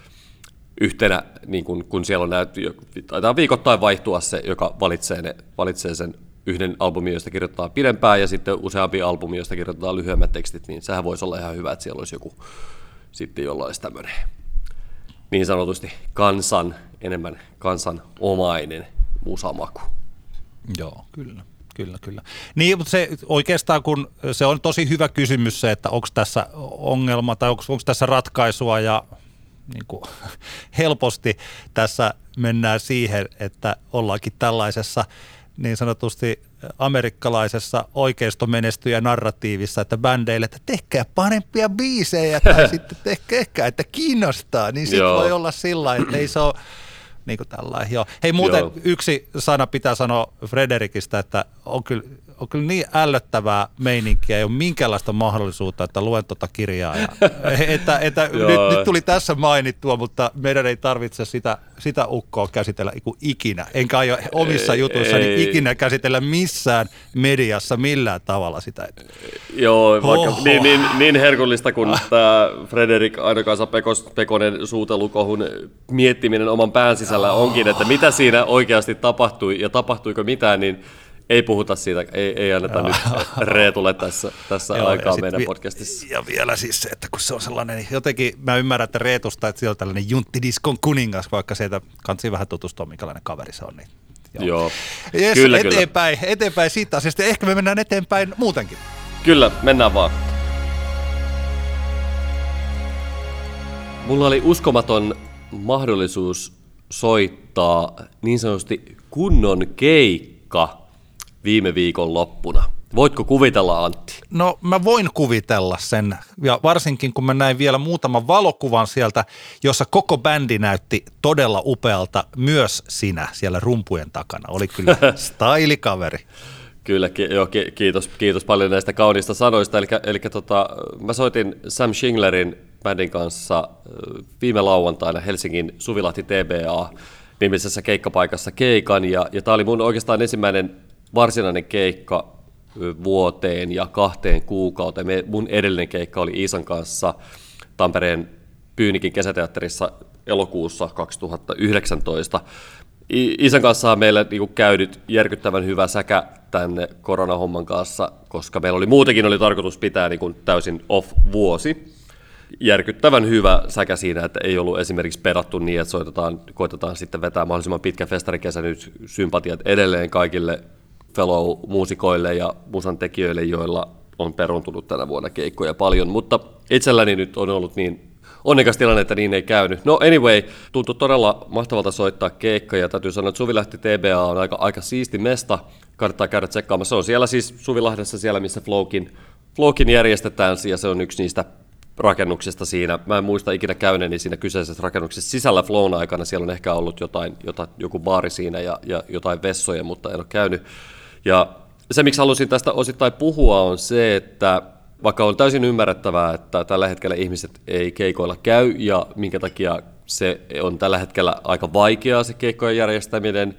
yhtenä, niin kun, kun siellä on näytetty, taitaa viikoittain vaihtua se, joka valitsee, ne, valitsee sen yhden albumin, josta kirjoittaa pidempään, ja sitten useampi albumi, josta kirjoitetaan lyhyemmät tekstit, niin sehän voisi olla ihan hyvä, että siellä olisi joku sitten, jolla olisi tämmöinen niin sanotusti kansan, enemmän kansanomainen musamaku. Joo, kyllä. Kyllä, kyllä. Niin, mutta se oikeastaan, kun se on tosi hyvä kysymys se, että onko tässä ongelma tai onko, onko tässä ratkaisua ja niin kuin, helposti tässä mennään siihen, että ollaankin tällaisessa niin sanotusti amerikkalaisessa oikeistomenestyjä narratiivissa, että bändeille, että tehkää parempia biisejä tai sitten tehkää, että kiinnostaa, niin sitten voi olla sillä, että ei se ole niin kuin tällainen. Joo. Hei muuten Joo. yksi sana pitää sanoa Frederikistä, että on kyllä, on kyllä niin ällöttävää meininkiä, ei ole minkäänlaista mahdollisuutta, että luen tuota kirjaa. Ja, että, että nyt, nyt tuli tässä mainittua, mutta meidän ei tarvitse sitä, sitä ukkoa käsitellä ikinä. Enkä aio omissa ei, jutuissani ei. ikinä käsitellä missään mediassa millään tavalla sitä. Joo, vaikka niin, niin, niin herkullista kuin tämä Frederik Aino-Kaisa Pekonen suutelukohun miettiminen oman pään sisällä onkin, että mitä siinä oikeasti tapahtui ja tapahtuiko mitään, niin ei puhuta siitä, ei, ei anneta Joo. nyt Reetulle tässä, tässä Joo, aikaa meidän vi- podcastissa. Ja vielä siis se, että kun se on sellainen, jotenkin mä ymmärrän, että Reetusta, että siellä on tällainen junttidiskon kuningas, vaikka sieltä kansi vähän tutustua, minkälainen kaveri se on. Niin, Joo, Joo. Yes, kyllä, eteenpäin, kyllä. eteenpäin siitä asiasta. Ehkä me mennään eteenpäin muutenkin. Kyllä, mennään vaan. Mulla oli uskomaton mahdollisuus soittaa niin sanotusti kunnon keikka viime viikon loppuna. Voitko kuvitella, Antti? No mä voin kuvitella sen, ja varsinkin kun mä näin vielä muutaman valokuvan sieltä, jossa koko bändi näytti todella upealta, myös sinä siellä rumpujen takana. Oli kyllä stylikaveri. Kyllä, ki- joo, ki- kiitos, kiitos paljon näistä kauniista sanoista. Eli, eli tota, mä soitin Sam Schindlerin bändin kanssa viime lauantaina Helsingin Suvilahti T B A-nimisessä keikkapaikassa keikan, ja, ja tämä oli mun oikeastaan ensimmäinen varsinainen keikka vuoteen ja kahteen kuukauteen. Me, mun edellinen keikka oli Iisan kanssa Tampereen Pyynikin kesäteatterissa elokuussa kaksituhattayhdeksäntoista. Isän kanssa on meillä niinku käynyt järkyttävän hyvä säkä tänne koronahomman kanssa, koska meillä oli muutenkin oli tarkoitus pitää niinku täysin off-vuosi. Järkyttävän hyvä säkä siinä, että ei ollut esimerkiksi pedattu niin, että soitetaan, koitetaan sitten vetää mahdollisimman pitkä festarikesä nyt sympatiat edelleen kaikille fellow-muusikoille ja musan tekijöille, joilla on peruntunut tänä vuonna keikkoja paljon, mutta itselläni nyt on ollut niin onnekas tilanne, että niin ei käynyt. No anyway, tuntui todella mahtavalta soittaa keikka, ja täytyy sanoa, että Suvilahti T B A on aika, aika siisti mesta, kannattaa käydä tsekkaamassa. Se on siellä siis Suvilahdessa, siellä missä Flowkin, Flowkin järjestetään, ja se on yksi niistä rakennuksista siinä. Mä en muista ikinä käyneeni siinä kyseisessä rakennuksessa sisällä Flown aikana, siellä on ehkä ollut jotain, jotain joku baari siinä ja, ja jotain vessoja, mutta en ole käynyt. Ja se, miksi halusin tästä osittain puhua, on se, että vaikka on täysin ymmärrettävää, että tällä hetkellä ihmiset ei keikoilla käy, ja minkä takia se on tällä hetkellä aika vaikeaa se keikkojen järjestäminen,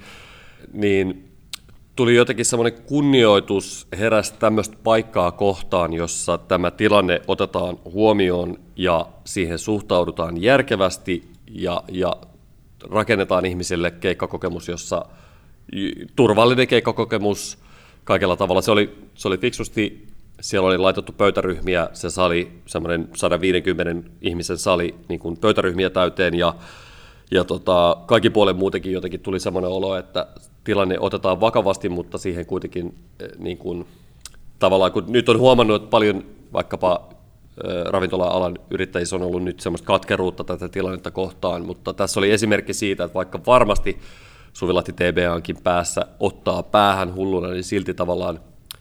niin tuli jotenkin semmoinen kunnioitus heräsi tämmöistä paikkaa kohtaan, jossa tämä tilanne otetaan huomioon ja siihen suhtaudutaan järkevästi ja, ja rakennetaan ihmisille keikkakokemus, jossa turvallinen keikkakokemus kaikella tavalla. Se oli, se oli fiksusti, siellä oli laitettu pöytäryhmiä, se sali, semmoinen sata viisikymmentä ihmisen sali, niin kuin pöytäryhmiä täyteen, ja, ja tota, kaikki puolen muutenkin jotenkin tuli semmoinen olo, että tilanne otetaan vakavasti, mutta siihen kuitenkin niin kuin, tavallaan, kun nyt on huomannut, että paljon vaikkapa ravintola-alan yrittäjissä on ollut nyt semmoista katkeruutta tätä tilannetta kohtaan, mutta tässä oli esimerkki siitä, että vaikka varmasti Suvilahti T B A:nkin päässä ottaa päähän hulluna, niin silti tavallaan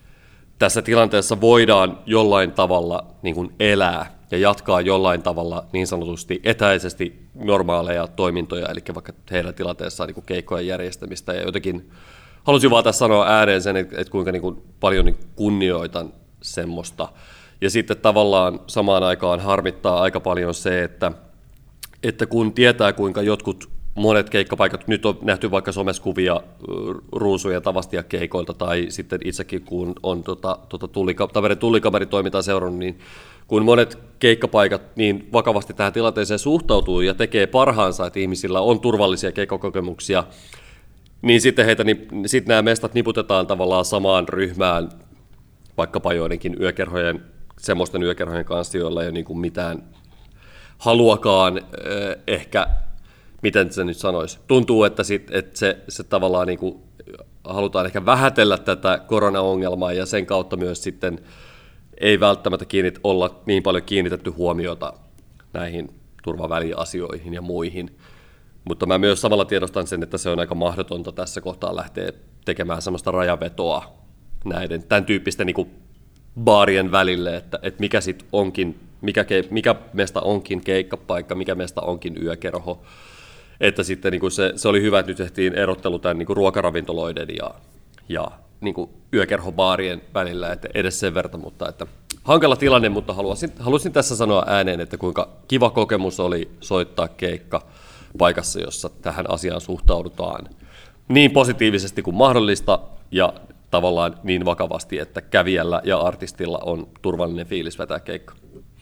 tässä tilanteessa voidaan jollain tavalla niin kuin elää ja jatkaa jollain tavalla niin sanotusti etäisesti normaaleja toimintoja, eli vaikka heidän tilanteessaan niin kuin keikkojen järjestämistä. Ja jotenkin halusin vaan tässä sanoa ääneen sen, että, että kuinka niin kuin paljon niin kunnioitan semmoista. Ja sitten tavallaan samaan aikaan harmittaa aika paljon se, että, että kun tietää kuinka jotkut monet keikkapaikat, nyt on nähty vaikka someskuvia ruusuja tavastia keikoilta, tai sitten itsekin kun on tota, tota tullika, Tampereen tullikameritoimintaa seurannut, niin kun monet keikkapaikat niin vakavasti tähän tilanteeseen suhtautuu ja tekee parhaansa, että ihmisillä on turvallisia keikkakokemuksia, niin sitten heitä, niin sitten nämä mestat niputetaan tavallaan samaan ryhmään, vaikkapa joidenkin yökerhojen, semmoisten yökerhojen kanssa, joilla ei ole niin kuin mitään haluakaan ehkä, miten se nyt sanoisi, tuntuu, että, sit, että se, se tavallaan niin kuin halutaan ehkä vähätellä tätä koronaongelmaa, ja sen kautta myös sitten ei välttämättä kiinnit, olla niin paljon kiinnitetty huomiota näihin turvaväliasioihin ja muihin. Mutta mä myös samalla tiedostan sen, että se on aika mahdotonta tässä kohtaa lähteä tekemään sellaista rajavetoa näiden tämän tyyppisten niin kuin baarien välille, että, että mikä sitten onkin, mikä, mikä mesta onkin keikkapaikka, mikä mesta onkin yökerho. Että sitten niin kuin se, se oli hyvä, että nyt tehtiin erottelu tämän niin kuin ruokaravintoloiden ja, ja niin kuin yökerhobaarien välillä, että edes sen verran, mutta että hankala tilanne, mutta haluaisin, haluaisin tässä sanoa ääneen, että kuinka kiva kokemus oli soittaa keikka paikassa, jossa tähän asiaan suhtaudutaan niin positiivisesti kuin mahdollista ja tavallaan niin vakavasti, että kävijällä ja artistilla on turvallinen fiilis vetää keikka.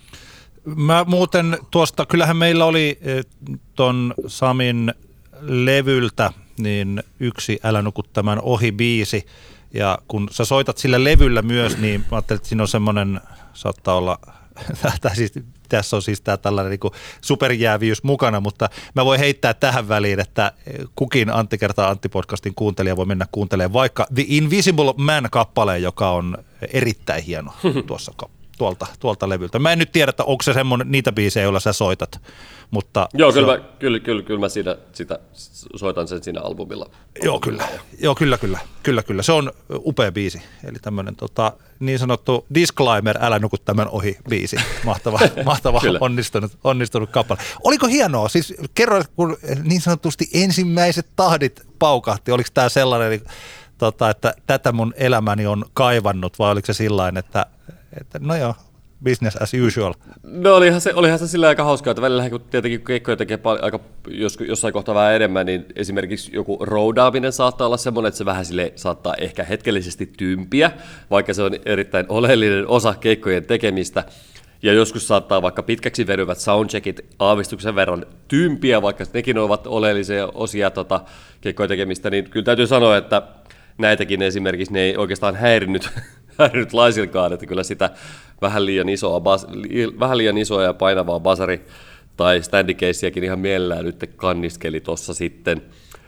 Mä muuten tuosta, kyllähän meillä oli ton Samin levyltä niin yksi Älä nuku tämän ohi -biisi, ja kun sä soitat sillä levyllä myös, niin mä ajattelin, että siinä on semmoinen, saattaa olla, siis, tässä on siis tää tällainen niin kuin superjääviys mukana, mutta mä voin heittää tähän väliin, että kukin Antti kertaa Antti-podcastin kuuntelija voi mennä kuuntelemaan vaikka The Invisible Man-kappaleen, joka on erittäin hieno tuossa kappaleessa. Tuolta, tuolta levyltä. Mä en nyt tiedä, että onko se semmoinen niitä biisejä, joilla sä soitat, mutta... Joo, kyllä, on... mä, kyllä, kyllä, kyllä mä siinä, sitä, soitan sen siinä albumilla. Joo, kyllä, Joo kyllä, kyllä, kyllä, kyllä. Se on upea biisi, eli tämmöinen tota, niin sanottu disclaimer, älä nuku tämän ohi biisi. Mahtava, mahtava onnistunut, onnistunut kappale. Oliko hienoa? Siis kerro, kun niin sanotusti ensimmäiset tahdit paukahti, oliko tämä sellainen, tota, että tätä mun elämäni on kaivannut, vai oliko se sillain, että että no joo, business as usual? No olihan se, olihan se sillä aika hauskaa, että välillä kun tietenkin keikkoja tekee paljon, aika, jos, jossain kohtaa vähän enemmän, niin esimerkiksi joku roudaaminen saattaa olla semmoinen, että se vähän sille saattaa ehkä hetkellisesti tympiä, vaikka se on erittäin oleellinen osa keikkojen tekemistä. Ja joskus saattaa vaikka pitkäksi vedyvät soundcheckit aavistuksen verran tympiä, vaikka nekin ovat oleellisia osia tota, keikkojen tekemistä, niin kyllä täytyy sanoa, että näitäkin esimerkiksi ne ei oikeastaan häirinyt, häirinyt laisilkaan, että kyllä sitä vähän liian isoa, bas, vähän liian isoa ja painavaa basari- tai standikeissiäkin ihan mielellään nyt kanniskeli tuossa sitten.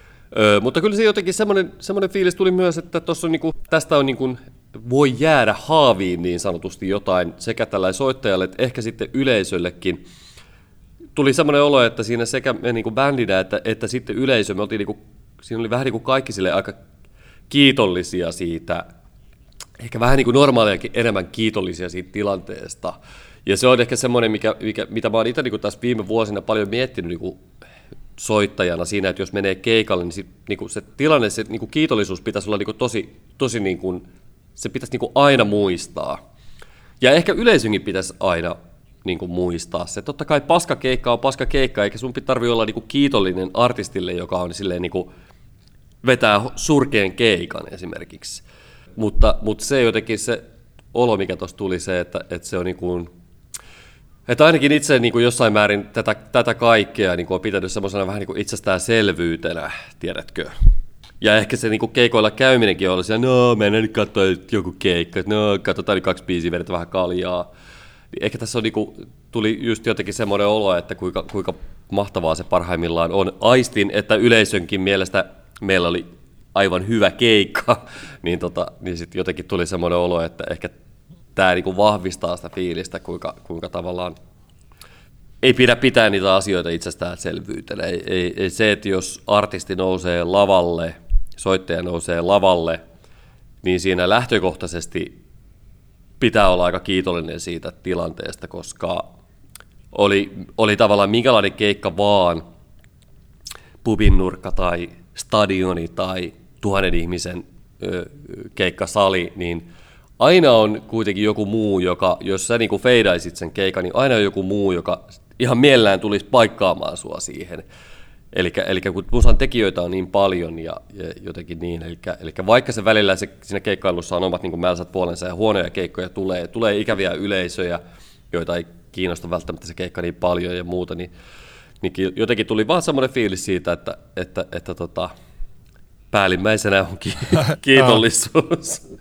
Öö, mutta kyllä se jotenkin semmoinen, semmoinen fiilis tuli myös, että tossa on niinku, tästä on niinku, voi jäädä haaviin niin sanotusti jotain sekä tällä soittajalle että ehkä sitten yleisöllekin. Tuli semmoinen olo, että siinä sekä me niinku bändinä että, että sitten yleisö, me oltiin niinku, siinä oli vähän niin kuin kaikki sille aika kiitollisia siitä, ehkä vähän niin kuin normaaliakin enemmän kiitollisia siitä tilanteesta. Ja se on ehkä semmoinen, mikä, mikä, mitä mä oon itse niin tässä viime vuosina paljon miettinyt niin kuin soittajana siinä, että jos menee keikalle, niin, sit, niin kuin se tilanne, se niin kuin kiitollisuus pitäisi olla niin kuin tosi, tosi niin kuin, se pitäisi niin kuin aina muistaa. Ja ehkä yleisönkin pitäisi aina niin kuin muistaa se. Totta kai paskakeikka on paskakeikka, eikä sun tarvitse olla niin kuin kiitollinen artistille, joka on silleen niin kuin vetää surkean keikan esimerkiksi. Mutta, mutta se jotenkin se olo, mikä tuossa tuli, se, että, että se on niin kuin, että ainakin itse niin kuin jossain määrin tätä, tätä kaikkea niin kuin on pitänyt semmoisena vähän niin kuin itsestäänselvyytenä, tiedätkö? Ja ehkä se niin kuin keikoilla käyminenkin on ollut siellä, no mennään nyt katsoa joku keikka, no katsotaan nyt kaksi biisiä, vedetään vähän kaljaa. Ehkä tässä on, niin kuin, tuli just jotenkin semmoinen olo, että kuinka, kuinka mahtavaa se parhaimmillaan on. Aistin, että yleisönkin mielestä meillä oli aivan hyvä keikka, niin, tota, niin sitten jotenkin tuli semmoinen olo, että ehkä tämä niinku vahvistaa sitä fiilistä, kuinka, kuinka tavallaan ei pidä pitää niitä asioita itsestäänselvyytenä. Ei, ei, ei se, että jos artisti nousee lavalle, soittaja nousee lavalle, niin siinä lähtökohtaisesti pitää olla aika kiitollinen siitä tilanteesta, koska oli, oli tavallaan minkälainen keikka vaan, pubin nurkka tai stadioni tai tuhannen ihmisen ö, keikkasali, niin aina on kuitenkin joku muu, joka, jos sä niinku feidaisit sen keikan, niin aina on joku muu, joka ihan mielellään tulisi paikkaamaan sua siihen. Eli kun musan tekijöitä on niin paljon ja, ja jotenkin niin, eli vaikka se välillä se, siinä keikkailussa on omat niin mälsät puolensa ja huonoja keikkoja tulee, tulee ikäviä yleisöjä, joita ei kiinnosta välttämättä se keikka niin paljon ja muuta, niin, niin jotenkin tuli vaan semmoinen fiilis siitä, että, että, että tota, päällimmäisenä on kiitollisuus.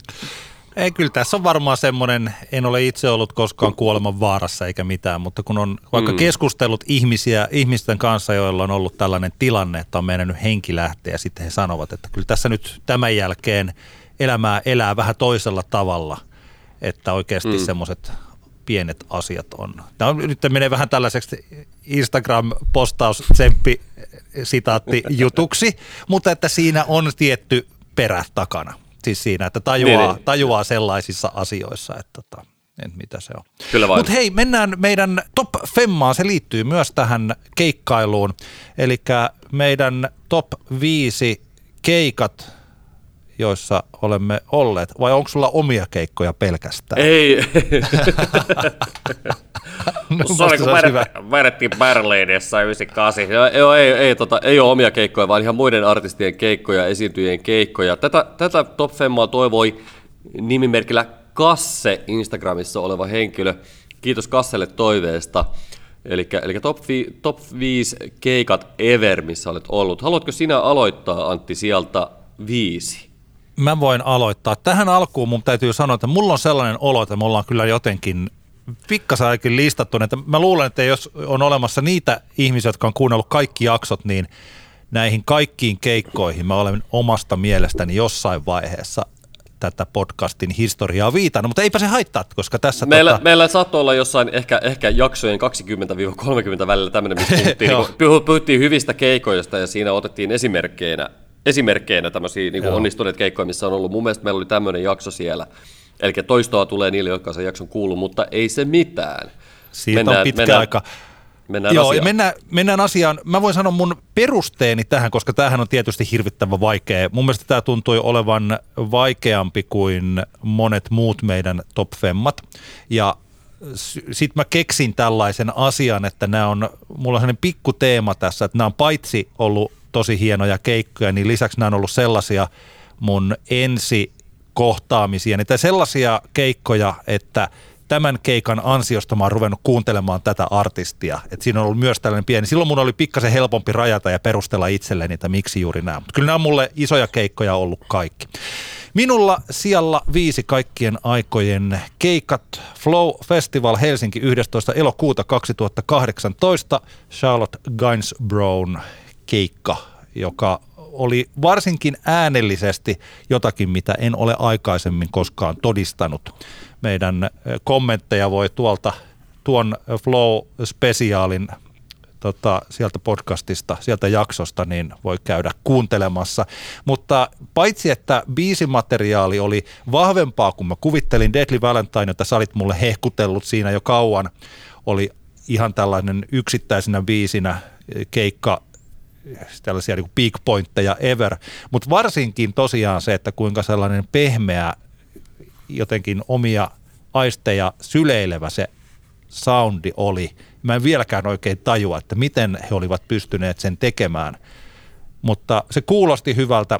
Ei, kyllä tässä on varmaan semmoinen, en ole itse ollut koskaan kuoleman vaarassa eikä mitään, mutta kun on vaikka mm. keskustellut ihmisiä, ihmisten kanssa, joilla on ollut tällainen tilanne, että on mennyt henki lähteä ja sitten he sanovat, että kyllä tässä nyt tämän jälkeen elämää elää vähän toisella tavalla, että oikeasti mm. semmoiset pienet asiat on. Tämä on, nyt menee vähän tällaiseksi Instagram-postaus tsemppi sitaatti jutuksi, mutta että siinä on tietty perä takana. Siis siinä, että tajuaa, tajuaa sellaisissa asioissa, että tota, en mitä se on. Kyllä vain. Mutta hei, mennään meidän top femmaan, se liittyy myös tähän keikkailuun. Eli meidän top viisi keikat, joissa olemme olleet, vai onko sulla omia keikkoja pelkästään? Ei. no, se oli, kun vedettiin Berliinissä yhdeksänkymmentäkahdeksan. Joo, ei, ei, tota, ei ole omia keikkoja, vaan ihan muiden artistien keikkoja, esiintyjien keikkoja. Tätä, tätä top femmaa toivoi nimimerkillä Kasse Instagramissa oleva henkilö. Kiitos Kasselle toiveesta. Eli, eli top, vi, top viisi keikat ever, missä olet ollut. Haluatko sinä aloittaa, Antti, sieltä viisi? Mä voin aloittaa. Tähän alkuun mun täytyy sanoa, että mulla on sellainen olo, että me ollaan kyllä jotenkin pikkasen ainakin listattu. Että mä luulen, että jos on olemassa niitä ihmisiä, jotka on kuunnellut kaikki jaksot, niin näihin kaikkiin keikkoihin mä olen omasta mielestäni jossain vaiheessa tätä podcastin historiaa viitannut, mutta eipä se haittaa, koska tässä... Meillä, tota... meillä saattoi olla jossain ehkä, ehkä jaksojen kaksikymmentä kolmekymmentä välillä tämmöinen, missä puhuttiin, niin puhuttiin hyvistä keikoista ja siinä otettiin esimerkkeinä Esimerkkeinä tämmöisiä niin onnistuneet keikkoja, missä on ollut. Mun mielestä meillä oli tämmöinen jakso siellä. Eli toistoa tulee niille, jotka sen jakson kuuluu, mutta ei se mitään. Siitä mennään, on pitkä mennään, aika. Mennään Joo, asiaan. Mennään, mennään asiaan. Mä voin sanoa mun perusteeni tähän, koska tämähän on tietysti hirvittävän vaikea. Mun mielestä tämä tuntui olevan vaikeampi kuin monet muut meidän top femmat. Ja sitten mä keksin tällaisen asian, että nämä on, mulla on sellainen pikku teema tässä, että nämä on paitsi ollut tosi hienoja keikkoja, niin lisäksi nämä on ollut sellaisia mun ensikohtaamisia, niitä sellaisia keikkoja, että tämän keikan ansiosta mä oon ruvennut kuuntelemaan tätä artistia. Et siinä on ollut myös tällainen pieni. Silloin mun oli pikkasen helpompi rajata ja perustella itselleni, että miksi juuri nämä. Mutta kyllä nämä on mulle isoja keikkoja ollut kaikki. Minulla siellä viisi kaikkien aikojen keikat. Flow Festival Helsinki yhdestoista elokuuta kaksituhattakahdeksantoista. Charlotte Gainsborough keikka, joka oli varsinkin äänellisesti jotakin, mitä en ole aikaisemmin koskaan todistanut. Meidän kommentteja voi tuolta tuon Flow-spesiaalin tota, sieltä podcastista, sieltä jaksosta, niin voi käydä kuuntelemassa. Mutta paitsi, että biisimateriaali oli vahvempaa, kun mä kuvittelin, Deadly Valentine, jota sä olit mulle hehkutellut siinä jo kauan, oli ihan tällainen yksittäisenä biisinä keikka, tällaisia niin kuin peak pointteja ever, mutta varsinkin tosiaan se, että kuinka sellainen pehmeä, jotenkin omia aisteja syleilevä se soundi oli. Mä en vieläkään oikein tajua, että miten he olivat pystyneet sen tekemään, mutta se kuulosti hyvältä.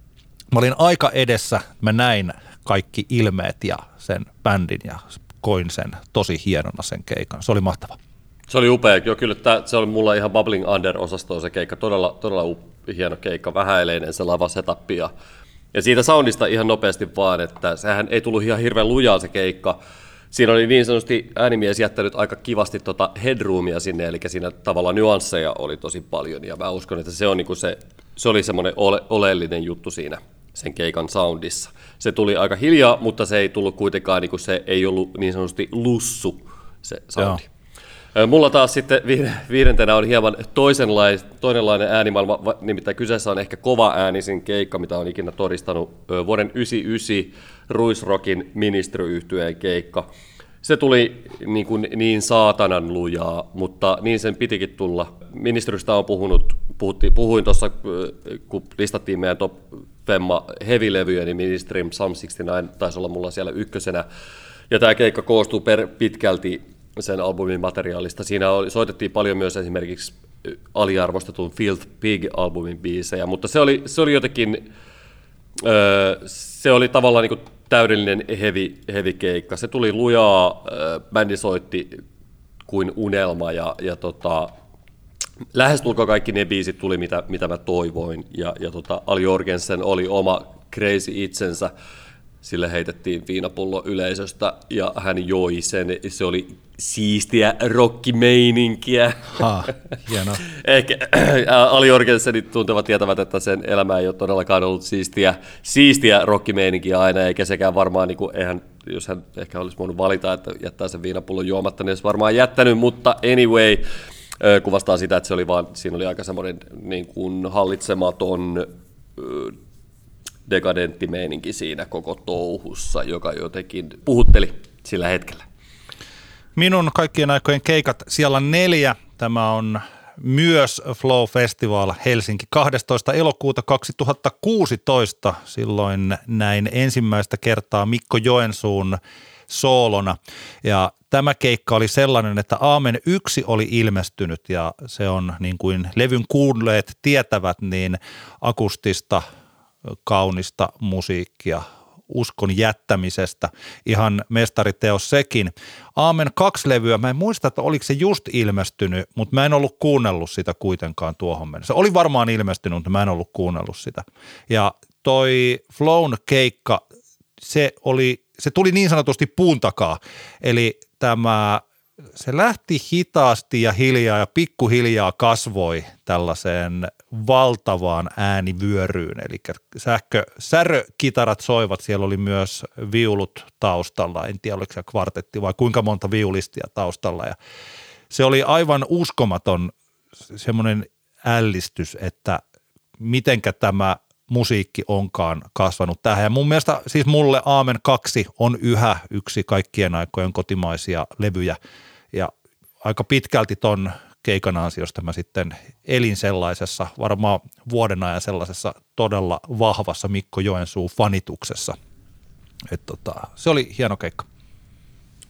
Mä olin aika edessä, mä näin kaikki ilmeet ja sen bändin ja koin sen tosi hienona sen keikan. Se oli mahtava. Se oli upea. Joo, kyllä tämä, se oli mulla ihan Bubbling Under-osastoon se keikka. Todella, todella up, hieno keikka, vähäeleinen se lavasetappi. Ja, ja siitä soundista ihan nopeasti vaan, että sehän ei tullut ihan hirveän lujaa se keikka. Siinä oli niin sanotusti äänimies jättänyt aika kivasti tota headroomia sinne, eli siinä tavallaan nyansseja oli tosi paljon. Ja mä uskon, että se, on niinku se, se oli semmoinen ole, oleellinen juttu siinä sen keikan soundissa. Se tuli aika hiljaa, mutta se ei tullut kuitenkaan, niinku se ei ollut niin sanotusti lussu se soundi. Joo. Mulla taas sitten viidentenä on hieman toisenlainen, toinenlainen äänimaailma, nimittäin kyseessä on ehkä kova äänisin keikka, mitä on ikinä todistanut, vuoden yhdeksänkymmentäyhdeksän Ruisrockin Ministry-yhtyeen keikka. Se tuli niin, kuin niin saatanan lujaa, mutta niin sen pitikin tulla. Ministrystä on puhunut, puhuttiin, puhuin tuossa, kun listattiin meidän top femma heavy-levyjä, niin Ministry Psalm kuusikymmentäyhdeksän taisi olla mulla siellä ykkösenä. Ja tämä keikka koostuu per pitkälti sen albumin materiaalista. Siinä oli, soitettiin paljon myös esimerkiksi aliarvostetun Filth Pig-albumin biisejä, mutta se oli, se oli jotenkin, öö, se oli tavallaan niin kuin täydellinen heavy, heavy keikka. Se tuli lujaa, öö, bändi soitti kuin unelma ja, ja tota, lähestulkoon kaikki ne biisit tuli, mitä, mitä mä toivoin. Ja, ja tota, Al Jorgensen oli oma crazy itsensä. Sille heitettiin viinapullo yleisöstä ja hän joi sen. Se oli siistiä rockimeininkiä. Ha, hienoa. Ehkä Ali Jorgensenit tuntevat tietävät, että sen elämä ei ole todellakaan ollut siistiä, siistiä rockimeininkiä aina, eikä sekään varmaan, niin kuin, eihän, jos hän ehkä olisi voinut valita, että jättää sen viinapullon juomatta, niin olisi varmaan jättänyt, mutta anyway, kuvastaa sitä, että se oli vaan, siinä oli aika semmoinen niin kuin hallitsematon dekadentti meininki siinä koko touhussa, joka jotenkin puhutteli sillä hetkellä. Minun kaikkien aikojen keikat siellä neljä. Tämä on myös Flow Festival Helsinki kahdestoista elokuuta kaksituhattakuusitoista. Silloin näin ensimmäistä kertaa Mikko Joensuun soolona. Ja tämä keikka oli sellainen, että Aamen yksi oli ilmestynyt ja se on niin kuin levyn kuulleet tietävät, niin akustista kaunista musiikkia, uskon jättämisestä, ihan mestariteos sekin. Aamen kaksi levyä, mä en muista, että oliko se just ilmestynyt, mutta mä en ollut kuunnellut sitä kuitenkaan tuohon mennessä. Se oli varmaan ilmestynyt, mutta mä en ollut kuunnellut sitä. Ja toi Flown keikka, se, oli, se tuli niin sanotusti puun takaa, eli tämä se lähti hitaasti ja hiljaa ja pikkuhiljaa kasvoi tällaiseen valtavaan äänivyöryyn, eli sähkö, särökitarat soivat, siellä oli myös viulut taustalla, en tiedä oliko se kvartetti vai kuinka monta viulistia taustalla, ja se oli aivan uskomaton semmoinen ällistys, että mitenkä tämä musiikki onkaan kasvanut tähän. Ja mun mielestä siis mulle Aamen kaksi on yhä yksi kaikkien aikojen kotimaisia levyjä. Ja aika pitkälti ton keikan ansiosta mä sitten elin sellaisessa, varmaan vuoden ajan sellaisessa todella vahvassa Mikko Joensuu fanituksessa. Et tota, se oli hieno keikka.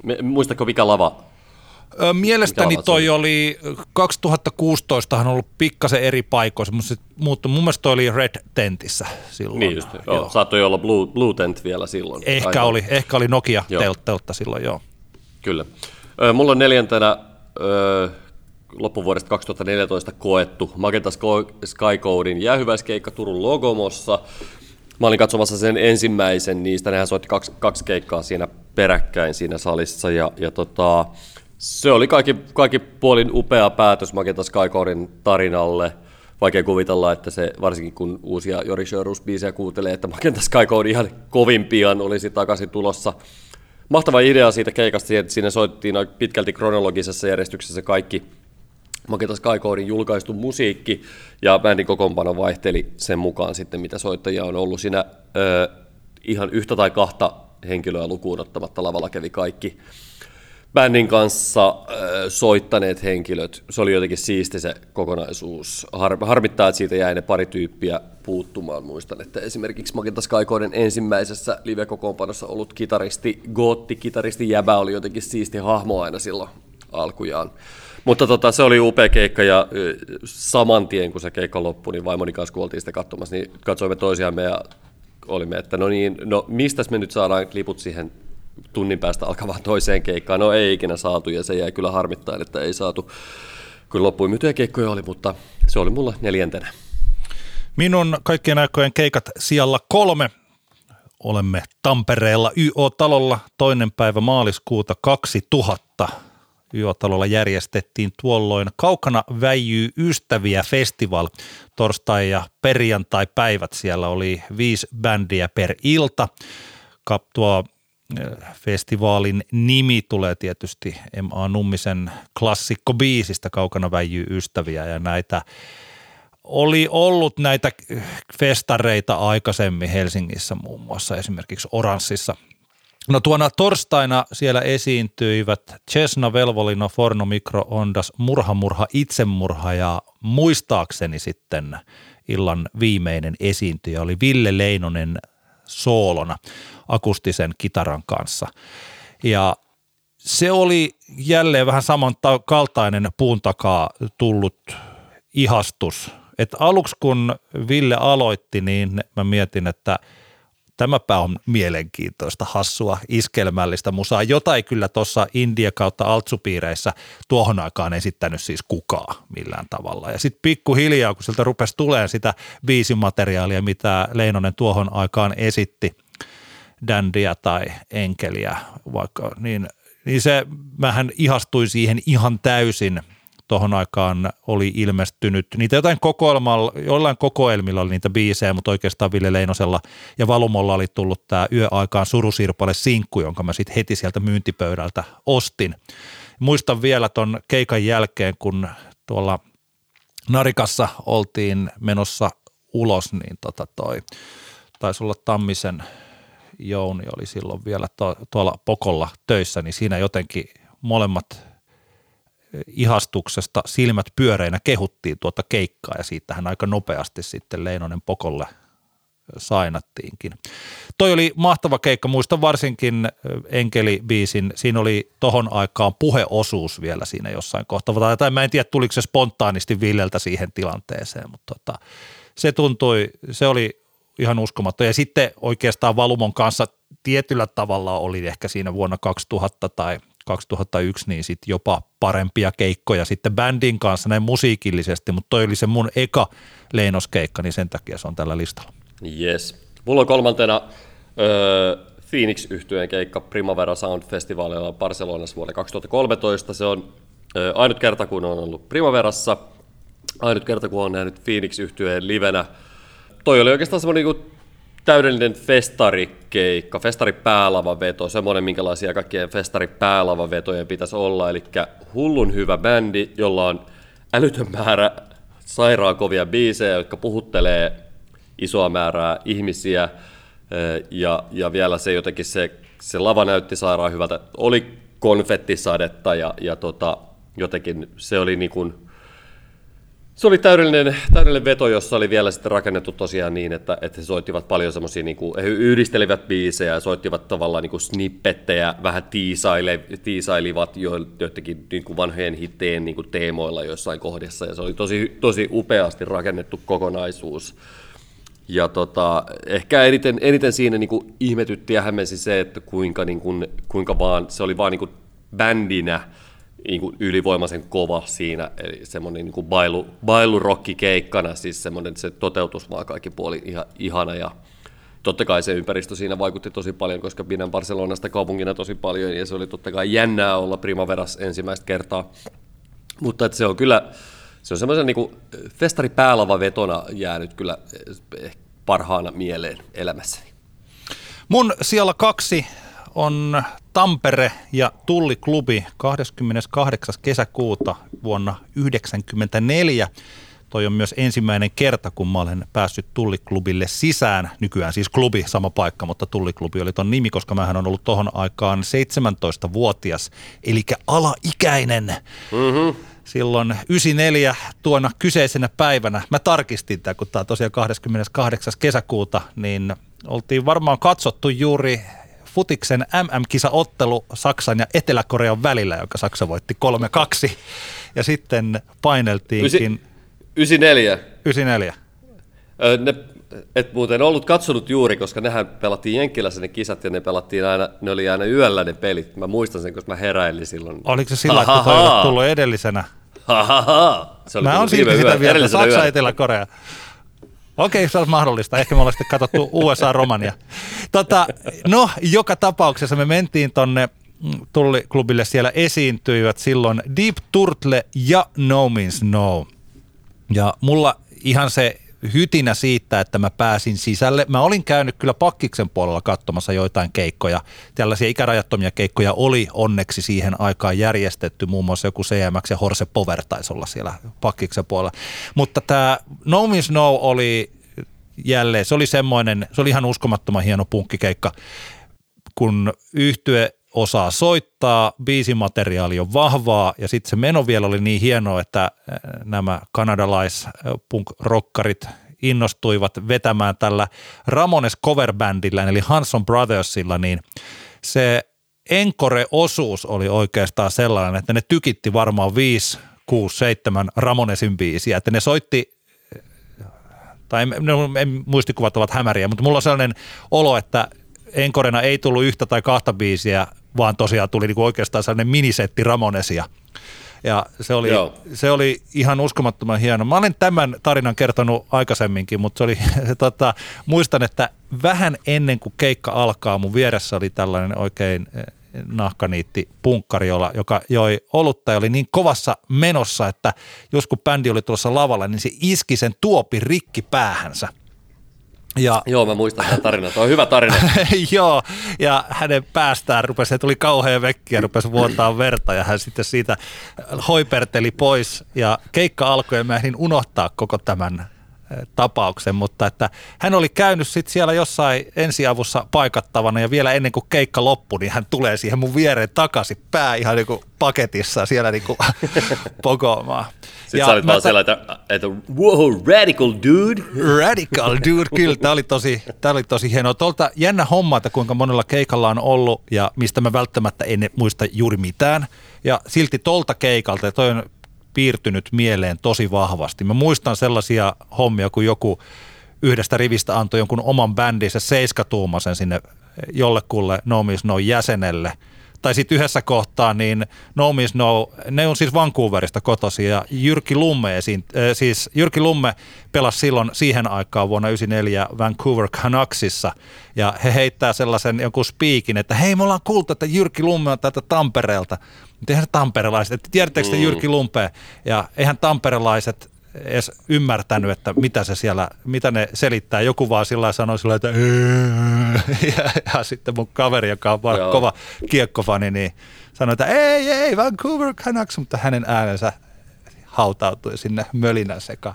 Muistatko mikä lava? Ö, mielestäni toi oli, kaksituhattakuusitoista on ollut pikkasen eri paikoissa, mutta mun mielestä toi oli Red Tentissä silloin. Niin just, joo. joo. Saattoi olla Blue, Blue Tent vielä silloin. Ehkä Aivan. oli, ehkä oli Nokia teltta silloin, joo. Kyllä. Ö, mulla on neljäntenä ö, loppuvuodesta kaksituhattaneljätoista koettu Magenta Skycodein jäähyväiskeikka Turun Logomossa. Mä olin katsomassa sen ensimmäisen niistä, nehän soitti kaksi, kaksi keikkaa siinä peräkkäin siinä salissa, ja, ja tota, se oli kaikki, kaikki puolin upea päätös Magenta Skycodein tarinalle. Vaikea kuvitella, että se, varsinkin kun uusia Jori Sjöruus-biisejä kuuntelee, että Magenta Skycode ihan kovin pian olisi takaisin tulossa. Mahtava idea siitä keikasta, että siinä soittiin pitkälti kronologisessa järjestyksessä kaikki Magenta Skycodein julkaistu musiikki, ja bändin kokoonpano vaihteli sen mukaan sitten, mitä soittajia on ollut siinä. Ö, ihan yhtä tai kahta henkilöä lukuun ottamatta lavalla kävi kaikki bändin kanssa ö, soittaneet henkilöt. Se oli jotenkin siisti se kokonaisuus. Har, harmittaa, että siitä jäi ne pari tyyppiä puuttumaan. Muistan, että esimerkiksi Magenta Skycodein ensimmäisessä live-kokoonpanossa ollut kitaristi, gootti-kitaristi Jäbä oli jotenkin siisti hahmo aina silloin alkujaan. Mutta tota, se oli upea keikka, ja saman tien kun se keikka loppui, niin vaimoni kanssa kun oltiin sitä katsomassa, niin katsoimme toisiamme ja olimme, että no niin, no mistäs me nyt saadaan liput siihen tunnin päästä alkavaan toiseen keikkaan. No ei ikinä saatu, ja se jäi kyllä harmittain, että ei saatu. Kyllä loppuun myytyjä keikkoja oli, mutta se oli mulla neljäntenä. Minun kaikkien aikojen keikat sijalla kolme. Olemme Tampereella Y O-talolla toinen päivä maaliskuuta kaksituhatta. Y O-talolla järjestettiin tuolloin Kaukana väijyy ystäviä festival. Torstai- ja perjantai-päivät siellä oli viisi bändiä per ilta. Tuo festivaalin nimi tulee tietysti M A Nummisen klassikkobiisistä Kaukana väijyy ystäviä, ja näitä oli ollut näitä festareita aikaisemmin Helsingissä muun muassa, esimerkiksi Oranssissa. No tuona torstaina siellä esiintyivät Cessna, Velvolino, Forno, Micro, Ondas, Murha, Murha, Itsemurha, ja muistaakseni sitten illan viimeinen esiintyjä oli Ville Leinonen soolona akustisen kitaran kanssa. Ja se oli jälleen vähän samankaltainen puun takaa tullut ihastus. Että aluksi kun Ville aloitti, niin mä mietin, että tämäpä on mielenkiintoista, hassua, iskelmällistä musaa, jota ei kyllä tuossa India kautta altsupiireissä tuohon aikaan esittänyt siis kukaan millään tavalla. Ja sitten pikkuhiljaa, kun sieltä rupesi tulemaan sitä biisimateriaalia, mitä Leinonen tuohon aikaan esitti, Dandia tai Enkeliä vaikka, niin, niin se, mähän ihastuin siihen ihan täysin. Tuohon aikaan oli ilmestynyt, niitä jotain kokoelmalla, jollain kokoelmilla oli niitä biisejä, mutta oikeastaan Ville Leinosella ja Valumolla oli tullut tämä Yöaikaan surusirpale sinkku, jonka mä sitten heti sieltä myyntipöydältä ostin. Muistan vielä ton keikan jälkeen, kun tuolla Narikassa oltiin menossa ulos, niin tota toi, taisi olla Tammisen Jouni oli silloin vielä to, tuolla Pokolla töissä, niin siinä jotenkin molemmat ihastuksesta silmät pyöreinä kehuttiin tuota keikkaa, ja siitähän aika nopeasti sitten Leinonen Pokolle sainattiinkin. Toi oli mahtava keikka, muistan varsinkin Enkeli-biisin, siinä oli tohon aikaan puheosuus vielä siinä jossain kohtaa, tai mä en tiedä tuliko se spontaanisti Villeltä siihen tilanteeseen, mutta tota, se tuntui, se oli ihan uskomaton, ja sitten oikeastaan Valumon kanssa tietyllä tavalla oli ehkä siinä vuonna kaksituhatta tai kaksituhattayksi, niin sitten jopa parempia keikkoja sitten bändin kanssa näin musiikillisesti, mutta toi oli se mun eka Leinos-keikka, niin sen takia se on tällä listalla. Yes. Mulla on kolmantena öö, Phoenix-yhtyeen keikka Primavera Sound Festivalilla Barcelonassa vuonna kaksituhattakolmetoista. Se on öö, ainut kerta, kun on ollut Primaverassa, ainut kerta, kun on nähnyt Phoenix-yhtyeen livenä. Toi oli oikeastaan semmoinen niin kuin täydellinen festarikeikka, festaripäälavavetoa, semmoinen, minkälaisia kaikkien festaripäälavavetojen pitäisi olla, eli hullun hyvä bändi, jolla on älytön määrä sairaan kovia biisejä, jotka puhuttelee isoa määrää ihmisiä, ja, ja vielä se jotenkin se, se lava näytti sairaan hyvältä, oli konfettisadetta, ja, ja tota, jotenkin se oli niin kuin Se oli täydellinen, täydellinen veto, jossa oli vielä sitten rakennettu tosiaan niin, että, että he soittivat paljon semmoisia, niin kuin, he yhdistelivät biisejä ja soittivat tavallaan niin kuin snippettejä, vähän tiisaile, tiisailivat joidenkin niin kuin vanhojen hitteen niin kuin teemoilla jossain kohdassa, ja se oli tosi, tosi upeasti rakennettu kokonaisuus. Ja tota, ehkä eniten, eniten siinä niin kuin ihmetytti ja hämmensi se, että kuinka, niin kuin, kuinka vaan, se oli vaan niin kuin bändinä, niin kuin ylivoimaisen kova siinä, eli semmoinen niin kuin bailu, bailurokkikeikkana, siis semmoinen se toteutus vaan kaikki puoli ihan ihana, ja totta kai se ympäristö siinä vaikutti tosi paljon, koska pidän Barcelonasta kaupungina tosi paljon, ja se oli totta kai jännää olla Primaveras ensimmäistä kertaa, mutta että se on kyllä, se on semmoisen niin kuin festari päälava vetona jäänyt kyllä parhaana mieleen elämässäni. Mun siellä kaksi on Tampere ja Tulliklubi kahdeskymmeneskahdeksas kesäkuuta vuonna yhdeksänkymmentäneljä. Toi on myös ensimmäinen kerta, kun mä olen päässyt Tulliklubille sisään. Nykyään siis klubi, sama paikka, mutta Tulliklubi oli ton nimi, koska mähän on ollut tohon aikaan seitsemäntoistavuotias, eli alaikäinen. Mm-hmm. Silloin yhdeksänkymmentäneljä tuona kyseisenä päivänä, mä tarkistin tämän, kun tämä on tosiaan kahdeskymmeneskahdeksas kesäkuuta, niin oltiin varmaan katsottu juuri futiksen M M-kisaottelu Saksan ja Etelä-Korean välillä, joka Saksa voitti kolme kaksi, ja sitten paineltiinkin. yhdeksänkymmentäneljä. yhdeksänkymmentäneljä. Ne, et muuten ollut katsonut juuri, koska nehän pelattiin Jenkkilässä ne kisat, ja ne pelattiin aina, ne oli aina yöllä ne pelit. Mä muistan sen, koska mä heräilin silloin. Oliko se sillä, että toi oli tullut edellisenä? Hahaha. Se oli mä oon silti sitä vielä, Saksa ja Etelä-Korea. Okei, se olisi mahdollista. Ehkä me ollaan sitten katsottu U S A-Romania. Tota, no, joka tapauksessa me mentiin tonne Tulliklubille, siellä esiintyivät silloin Deep Turtle ja No Means No. Ja mulla ihan se hytinä siitä, että mä pääsin sisälle. Mä olin käynyt kyllä Pakkiksen puolella katsomassa joitain keikkoja. Tällaisia ikärajattomia keikkoja oli onneksi siihen aikaan järjestetty. Muun muassa joku C M X ja Horse Power taisi olla siellä Pakkiksen puolella. Mutta tämä No Means No oli jälleen, se oli semmoinen, se oli ihan uskomattoman hieno punkkikeikka, kun yhtye osaa soittaa, biisimateriaali on vahvaa ja sitten se meno vielä oli niin hienoa, että nämä kanadalais-punk-rokkarit innostuivat vetämään tällä Ramones coverbändillä eli Hanson Brothersilla, niin se encore-osuus oli oikeastaan sellainen, että ne tykitti varmaan viisi, kuusi, seitsemän Ramonesin biisiä, että ne soitti, tai muistikuvat ovat hämäriä, mutta mulla on sellainen olo, että enkorena ei tullut yhtä tai kahta biisiä, vaan tosiaan tuli niinku oikeastaan sellainen minisetti Ramonesia. Ja se oli, se oli ihan uskomattoman hieno. Mä olen tämän tarinan kertonut aikaisemminkin, mutta se oli, se, tota, muistan, että vähän ennen kuin keikka alkaa, mun vieressä oli tällainen oikein nahkaniitti punkkari, joka joi olutta ja oli niin kovassa menossa, että jos kun bändi oli tuossa lavalla, niin se iski sen tuopin rikki päähänsä. Ja, joo, mä muistan tämän tarinan. Tuo on hyvä tarina. Joo, ja hänen päästään rupesi, se tuli kauhea vekki ja rupesi vuotaa verta ja hän sitten siitä hoiperteli pois ja keikka alkoi ja mä ehdin unohtaa koko tämän tapauksen, mutta että hän oli käynyt sitten siellä jossain ensiavussa paikattavana ja vielä ennen kuin keikka loppui, niin hän tulee siihen mun viereen takaisin, pää ihan niin kuin paketissa siellä niin kuin pokoamaan. Sitten ja sä olit vaan siellä, että, että wow, radical dude. Radical dude, kyllä. Tämä oli tosi, tämä oli tosi hienoa. Tuolta jännä homma, että kuinka monella keikalla on ollut ja mistä mä välttämättä en muista juuri mitään. Ja silti tolta keikalta, ja toi on piirtynyt mieleen tosi vahvasti. Mä muistan sellaisia hommia, kun joku yhdestä rivistä antoi jonkun oman bändinsä seiskatuumasen sinne jollekulle No Means No jäsenelle. Tai sitten yhdessä kohtaa, niin No Means No, ne on siis Vancouverista kotoisin ja Jyrki Lumme, esiin, äh, siis Jyrki Lumme pelasi silloin siihen aikaan vuonna yhdeksänkymmentäneljä Vancouver Canucksissa ja he heittää sellaisen jonkun spiikin, että hei, me ollaan kuultu, että Jyrki Lumme on täältä Tampereelta. Mutta eihän tamperelaiset, että tiedättekö te Jyrki Lumpea? Ja eihän tamperelaiset edes ymmärtänyt, että mitä se siellä, mitä ne selittää. Joku vaan sillä sanoi sillä, että ja, ja sitten mun kaveri, joka on vaan kova kiekkofani, niin sanoi, että ei, ei, Vancouver Canucks, mutta hänen äänensä hautautui sinne mölinän sekaan.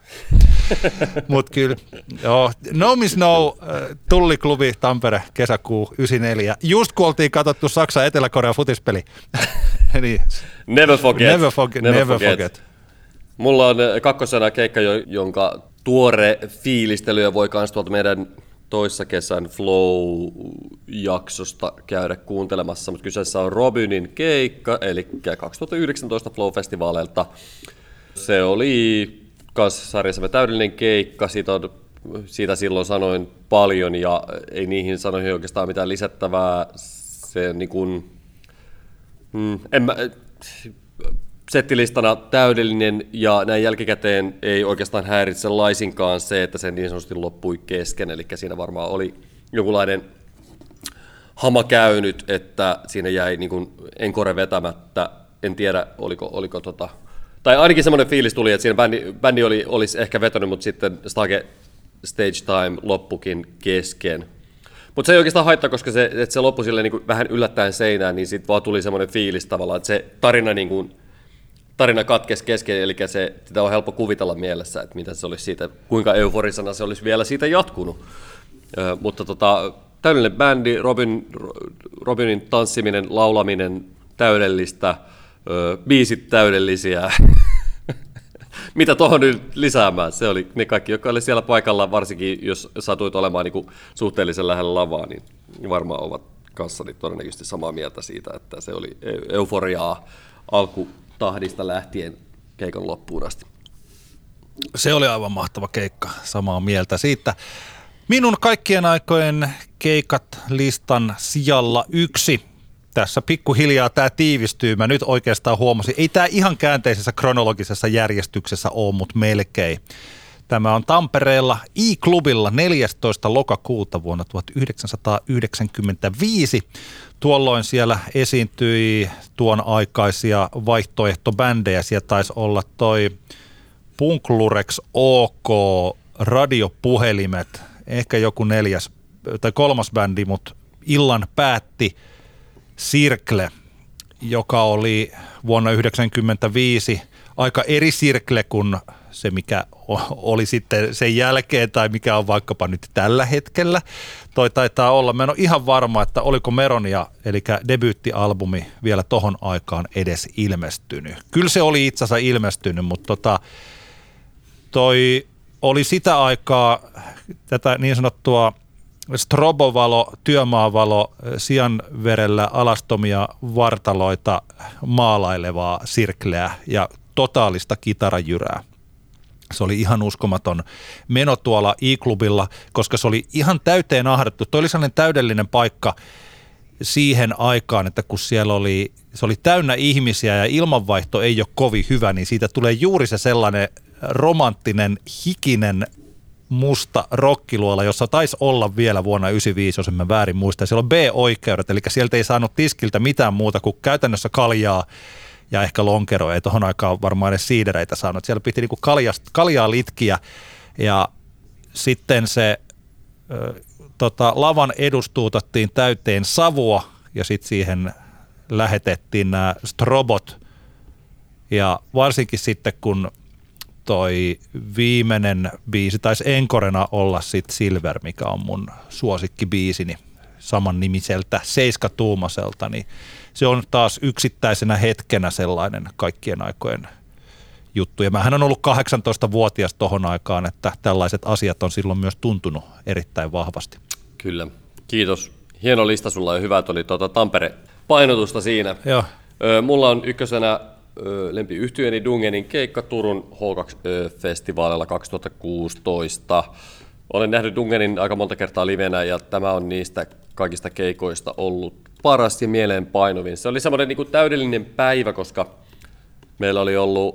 Mutta kyllä, joo, No Means No, Tulliklubi, Tampere, kesäkuu yhdeksänkymmentäneljä. Just kun oltiin katsottu Saksan Etelä-Korean futispeli. niin, never forget. Never forget. Never, never forget. forget. Mulla on kakkosena keikka, jonka tuore fiilistelyä voi myös tuolta meidän toissa kesän Flow-jaksosta käydä kuuntelemassa, mutta kyseessä on Robinin keikka, eli kaksituhattayhdeksäntoista Flow-festivaaleilta. Se oli myös sarjassamme täydellinen keikka, siitä, on, siitä silloin sanoin paljon ja ei niihin sanoihin oikeastaan mitään lisättävää. Se niin kuin, mm, en mä, settilistana täydellinen ja näin jälkikäteen ei oikeastaan häiritse laisinkaan se, että se niin sanotusti loppui kesken, eli siinä varmaan oli jonkunlainen hama käynyt, että siinä jäi niin kuin encore vetämättä, en tiedä oliko, oliko tota, tai ainakin semmoinen fiilis tuli, että siinä bändi, bändi oli, olisi ehkä vetänyt, mutta sitten Stage Stage Time loppukin kesken. Mutta se ei oikeastaan haittaa, koska se, että se loppui silleen niin kuin vähän yllättäen seinään, niin sitten vaan tuli semmoinen fiilis tavallaan, että se tarina niin kuin tarina katkesi kesken, eli se, sitä on helppo kuvitella mielessä, että mitä se olisi siitä, kuinka euforisena se olisi vielä siitä jatkunut. Ö, mutta tota, täydellinen bändi, Robin, Robinin tanssiminen, laulaminen täydellistä, ö, biisit täydellisiä. Mitä tuohon nyt lisäämään? Se oli ne kaikki, jotka oli siellä paikalla, varsinkin jos satuit olemaan niin kuin suhteellisen lähellä lavaa, niin varmaan ovat kanssani todennäköisesti samaa mieltä siitä, että se oli euforiaa alku tahdista lähtien keikan loppuun asti. Se oli aivan mahtava keikka, samaa mieltä siitä. Minun kaikkien aikojen keikat listan sijalla yksi. Tässä pikkuhiljaa tämä tiivistyy. Mä nyt oikeastaan huomasin, ei tämä ihan käänteisessä kronologisessa järjestyksessä ole, mutta melkein. Tämä on Tampereella I-klubilla neljästoista lokakuuta vuonna tuhatyhdeksänsataayhdeksänkymmentäviisi. Tuolloin siellä esiintyi tuon aikaisia vaihtoehtobändejä. Siellä taisi olla toi Punklurex O K, Radiopuhelimet, ehkä joku neljäs tai kolmas bändi, mutta illan päätti Sirkle, joka oli vuonna yhdeksänkymmentäviisi aika eri Sirkle kuin se, mikä oli sitten sen jälkeen tai mikä on vaikkapa nyt tällä hetkellä. Toi taitaa olla, mä en ole ihan varma, että oliko Meronia, eli debyyttialbumi vielä tohon aikaan edes ilmestynyt. Kyllä se oli itse asiassa ilmestynyt, mutta tota, toi oli sitä aikaa tätä niin sanottua strobovalo, työmaavalo, sianverellä alastomia vartaloita maalailevaa Sirkleä ja totaalista kitarajyrää. Se oli ihan uskomaton meno tuolla I-klubilla, koska se oli ihan täyteen ahdettu. Tuo oli sellainen täydellinen paikka siihen aikaan, että kun siellä oli, se oli täynnä ihmisiä ja ilmanvaihto ei ole kovin hyvä, niin siitä tulee juuri se sellainen romanttinen, hikinen, musta rokkiluola, jossa taisi olla vielä vuonna yhdeksänkymmentäviisi, jos en mä väärin muista. Siellä on B-oikeudet, eli sieltä ei saanut tiskiltä mitään muuta kuin käytännössä kaljaa ja ehkä lonkeroa. Ei tohon aikaan varmaan edes siidereitä saanut. Siellä piti niinku kaljaa, kaljaa litkiä ja sitten se ö, tota, lavan edustuutattiin täyteen savua ja sitten siihen lähetettiin nämä strobot ja varsinkin sitten kun toi viimeinen biisi taisi enkorena olla sit Silver, mikä on mun suosikkibiisini saman nimiseltä seiskatuumaselta, niin se on taas yksittäisenä hetkenä sellainen kaikkien aikojen juttu. Ja mähän on ollut kahdeksantoistavuotias tohon aikaan, että tällaiset asiat on silloin myös tuntunut erittäin vahvasti. Kyllä, kiitos. Hieno lista sulla ja hyvät oli tuota Tampere-painotusta siinä. Joo. Ö, mulla on ykkösenä lempiyhtyeeni Dungenin keikka Turun H kaksi-festivaalilla kaksituhattakuusitoista. Olen nähnyt Dungenin aika monta kertaa livenä ja tämä on niistä kaikista keikoista ollut paras ja mieleenpainuvin. Se oli semmoinen niin kuin täydellinen päivä, koska meillä oli ollut,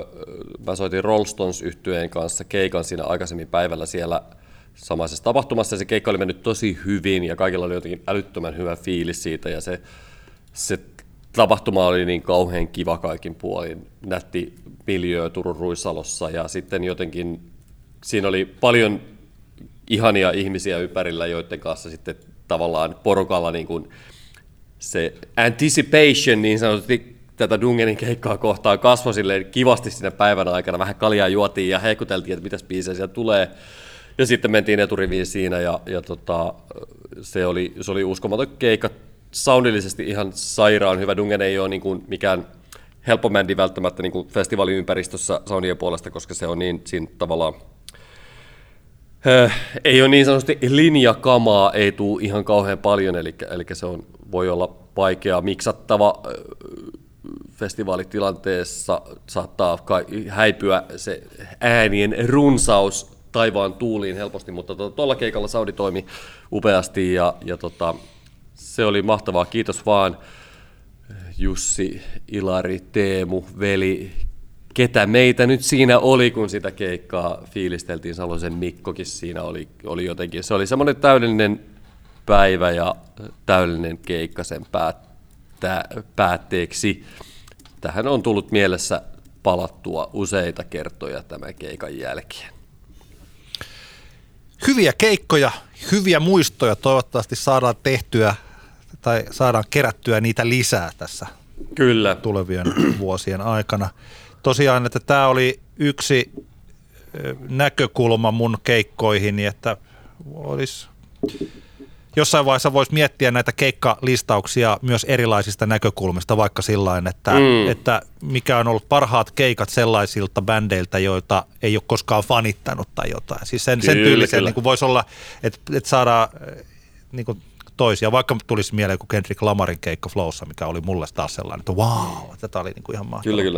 mä soitin Rollstones-yhtyeen kanssa keikan siinä aikaisemmin päivällä siellä samaisessa tapahtumassa ja se keikka oli mennyt tosi hyvin ja kaikilla oli jotenkin älyttömän hyvä fiilis siitä ja se, se tapahtuma oli niin kauhean kiva kaikin puolin, nätti miljöö Turun Ruissalossa ja sitten jotenkin siinä oli paljon ihania ihmisiä ympärillä, joiden kanssa sitten tavallaan porukalla niin kuin se anticipation niin sanotusti tätä Dungenin keikkaa kohtaan kasvoi silleen kivasti siinä päivän aikana, vähän kaljaa juotiin ja heikuteltiin, että mitäs biisejä siellä tulee ja sitten mentiin eturiviin siinä ja, ja tota, se, oli, se oli uskomaton keikka. Soundillisesti ihan sairaan hyvä. Dungen ei ole niin kuin mikään helppo bändi välttämättä niin kuin festivaaliympäristössä soundien puolesta, koska se on niin siinä tavallaan äh, ei ole niin sanotusti linjakamaa, ei tule ihan kauhean paljon, eli, eli se on, voi olla vaikea miksattava äh, festivaalitilanteessa, saattaa häipyä se äänien runsaus taivaan tuuliin helposti, mutta tuolla keikalla Saudi toimi upeasti ja, ja tota, se oli mahtavaa. Kiitos vaan Jussi, Ilari, Teemu, veli, ketä meitä nyt siinä oli, kun sitä keikkaa fiilisteltiin. Salosen Mikkokin siinä oli, oli jotenkin. Se oli semmoinen täydellinen päivä ja täydellinen keikka sen päättä, päätteeksi. Tähän on tullut mielessä palattua useita kertoja tämän keikan jälkeen. Hyviä keikkoja, hyviä muistoja. Toivottavasti saadaan tehtyä tai saadaan kerättyä niitä lisää tässä Kyllä. tulevien vuosien aikana. Tosiaan, että tämä oli yksi näkökulma mun keikkoihin, että olisi jossain vaiheessa voisi miettiä näitä keikkalistauksia myös erilaisista näkökulmista, vaikka sillain, että, mm. että mikä on ollut parhaat keikat sellaisilta bändeiltä, joita ei ole koskaan fanittanut tai jotain. Siis sen, sen tyylisen niin voisi olla, että, että saadaan niin kuin toisia, vaikka tulisi mieleen kuin Kendrick Lamarin keikka Flowssa, mikä oli mulle taas sellainen, että wow, tätä oli niin kuin ihan mahtavaa. Kyllä, kyllä.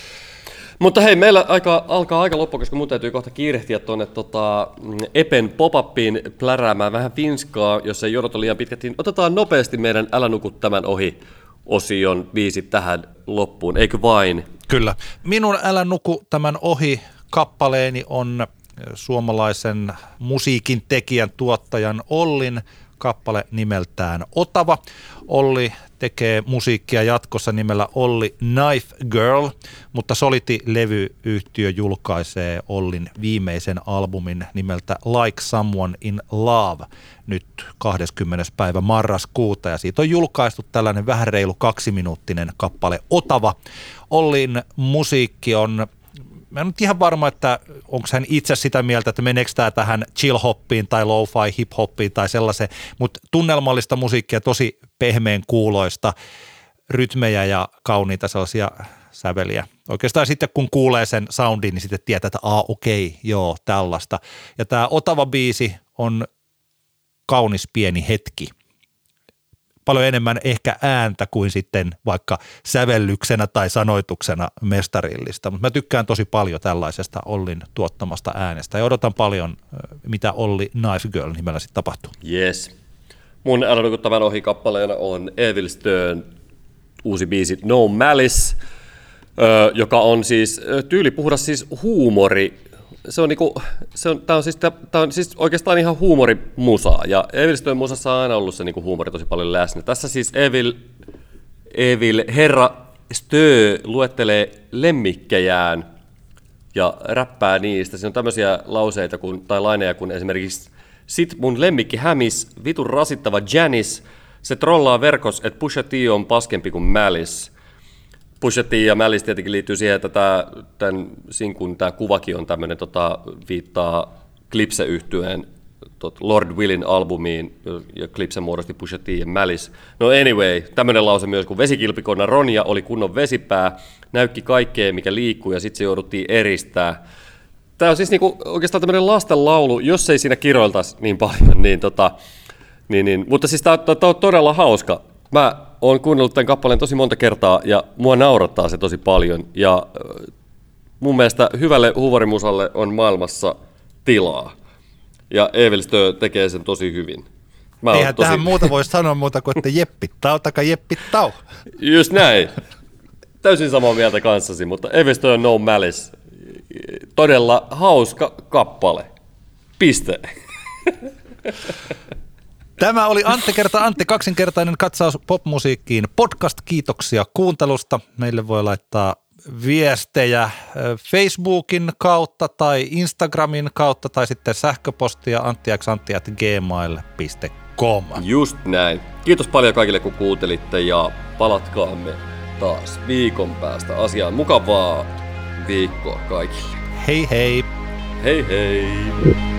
Mutta hei, meillä aika, alkaa aika loppu, koska mun täytyy kohta kiirehtiä tuonne tota, Epen pop-upiin pläräämään vähän finskaa, jos ei jodota liian pitkästi. Otetaan nopeasti meidän Älä nuku tämän ohi -osion biisit tähän loppuun, eikö vain? Kyllä. Minun Älä nuku tämän ohi -kappaleeni on suomalaisen musiikin tekijän, tuottajan Ollin kappale nimeltään Otava. Olli tekee musiikkia jatkossa nimellä Olli Knife Girl, mutta Soliti-levyyhtiö julkaisee Ollin viimeisen albumin nimeltä Like Someone in Love nyt kahdeskymmenes päivä marraskuuta, ja siitä on julkaistu tällainen vähän reilu kaksiminuuttinen kappale Otava. Ollin musiikki on, mä en nyt ihan varma, että onko hän itse sitä mieltä, että meneekö tämä tähän chill-hoppiin tai lo-fi hip-hoppiin tai sellaiseen, mutta tunnelmallista musiikkia, tosi pehmeän kuuloista, rytmejä ja kauniita sellaisia säveliä. Oikeastaan sitten kun kuulee sen soundin, niin sitten tietää, että aa okei, joo, tällaista. Ja tämä Otava-biisi on kaunis pieni hetki. Paljon enemmän ehkä ääntä kuin sitten vaikka sävellyksenä tai sanoituksena mestarillista, mutta mä tykkään tosi paljon tällaisesta Ollin tuottamasta äänestä ja odotan paljon, mitä Olli Knife Girl nimellä sitten tapahtuu. Yes. Mun Älä nuku tämän ohi -kappaleena on Evil Stern uusi biisi No Malice, joka on siis tyylipuhdas siis huumori. Se on niinku, se on, tää on siis, tää on siis oikeastaan ihan huumorimusaa, ja Evil Stern musassa on aina ollut se niinku huumori tosi paljon läsnä. Tässä siis Evil, Evil herra Stö luettelee lemmikkejään ja räppää niistä. Siinä on tämmöisiä lauseita kun, tai laineja kuin esimerkiksi sit mun lemmikki hämis, vitun rasittava Janis, se trollaa verkos, että Pusha T on paskempi kuin Malice. Pusha T ja Malice tietenkin liittyy siihen, että tämä, tämän sinkun tämä kuvakin on tämmöinen, tota, viittaa Clipse-yhtyeen tot, Lord Willin albumiin, ja Clipse muodosti Pusha T ja Malice. No anyway, tämmöinen lause myös, kun vesikilpikonna Ronja oli kunnon vesipää, näykki kaikkea, mikä liikkuu, ja sitten se jouduttiin eristää. Tämä on siis niinku oikeastaan tämmöinen lastenlaulu, jos ei siinä kiroiltaisi niin paljon, niin tota, niin, niin. Mutta siis tämä on todella hauska. Mä oon kuunnellut tämän kappaleen tosi monta kertaa ja mua naurattaa se tosi paljon. Ja mun mielestä hyvälle huumorimusalle on maailmassa tilaa. Ja Evil Stö tekee sen tosi hyvin. Mä Eihän tosi... tähän muuta voi sanoa muuta kuin, että jeppittau taka jeppittau. Just näin. Täysin samaa mieltä kanssasi, mutta Evil Stö No Malice. Todella hauska kappale. Piste. Tämä oli Antti kerta Antti, kaksinkertainen katsaus popmusiikkiin podcast. Kiitoksia kuuntelusta. Meille voi laittaa viestejä Facebookin kautta tai Instagramin kautta tai sitten sähköpostia antti x antti at gmail piste com. Just näin. Kiitos paljon kaikille kun kuuntelitte ja palatkaamme taas viikon päästä asiaan. Mukavaa viikkoa kaikille. Hei hei. Hei hei.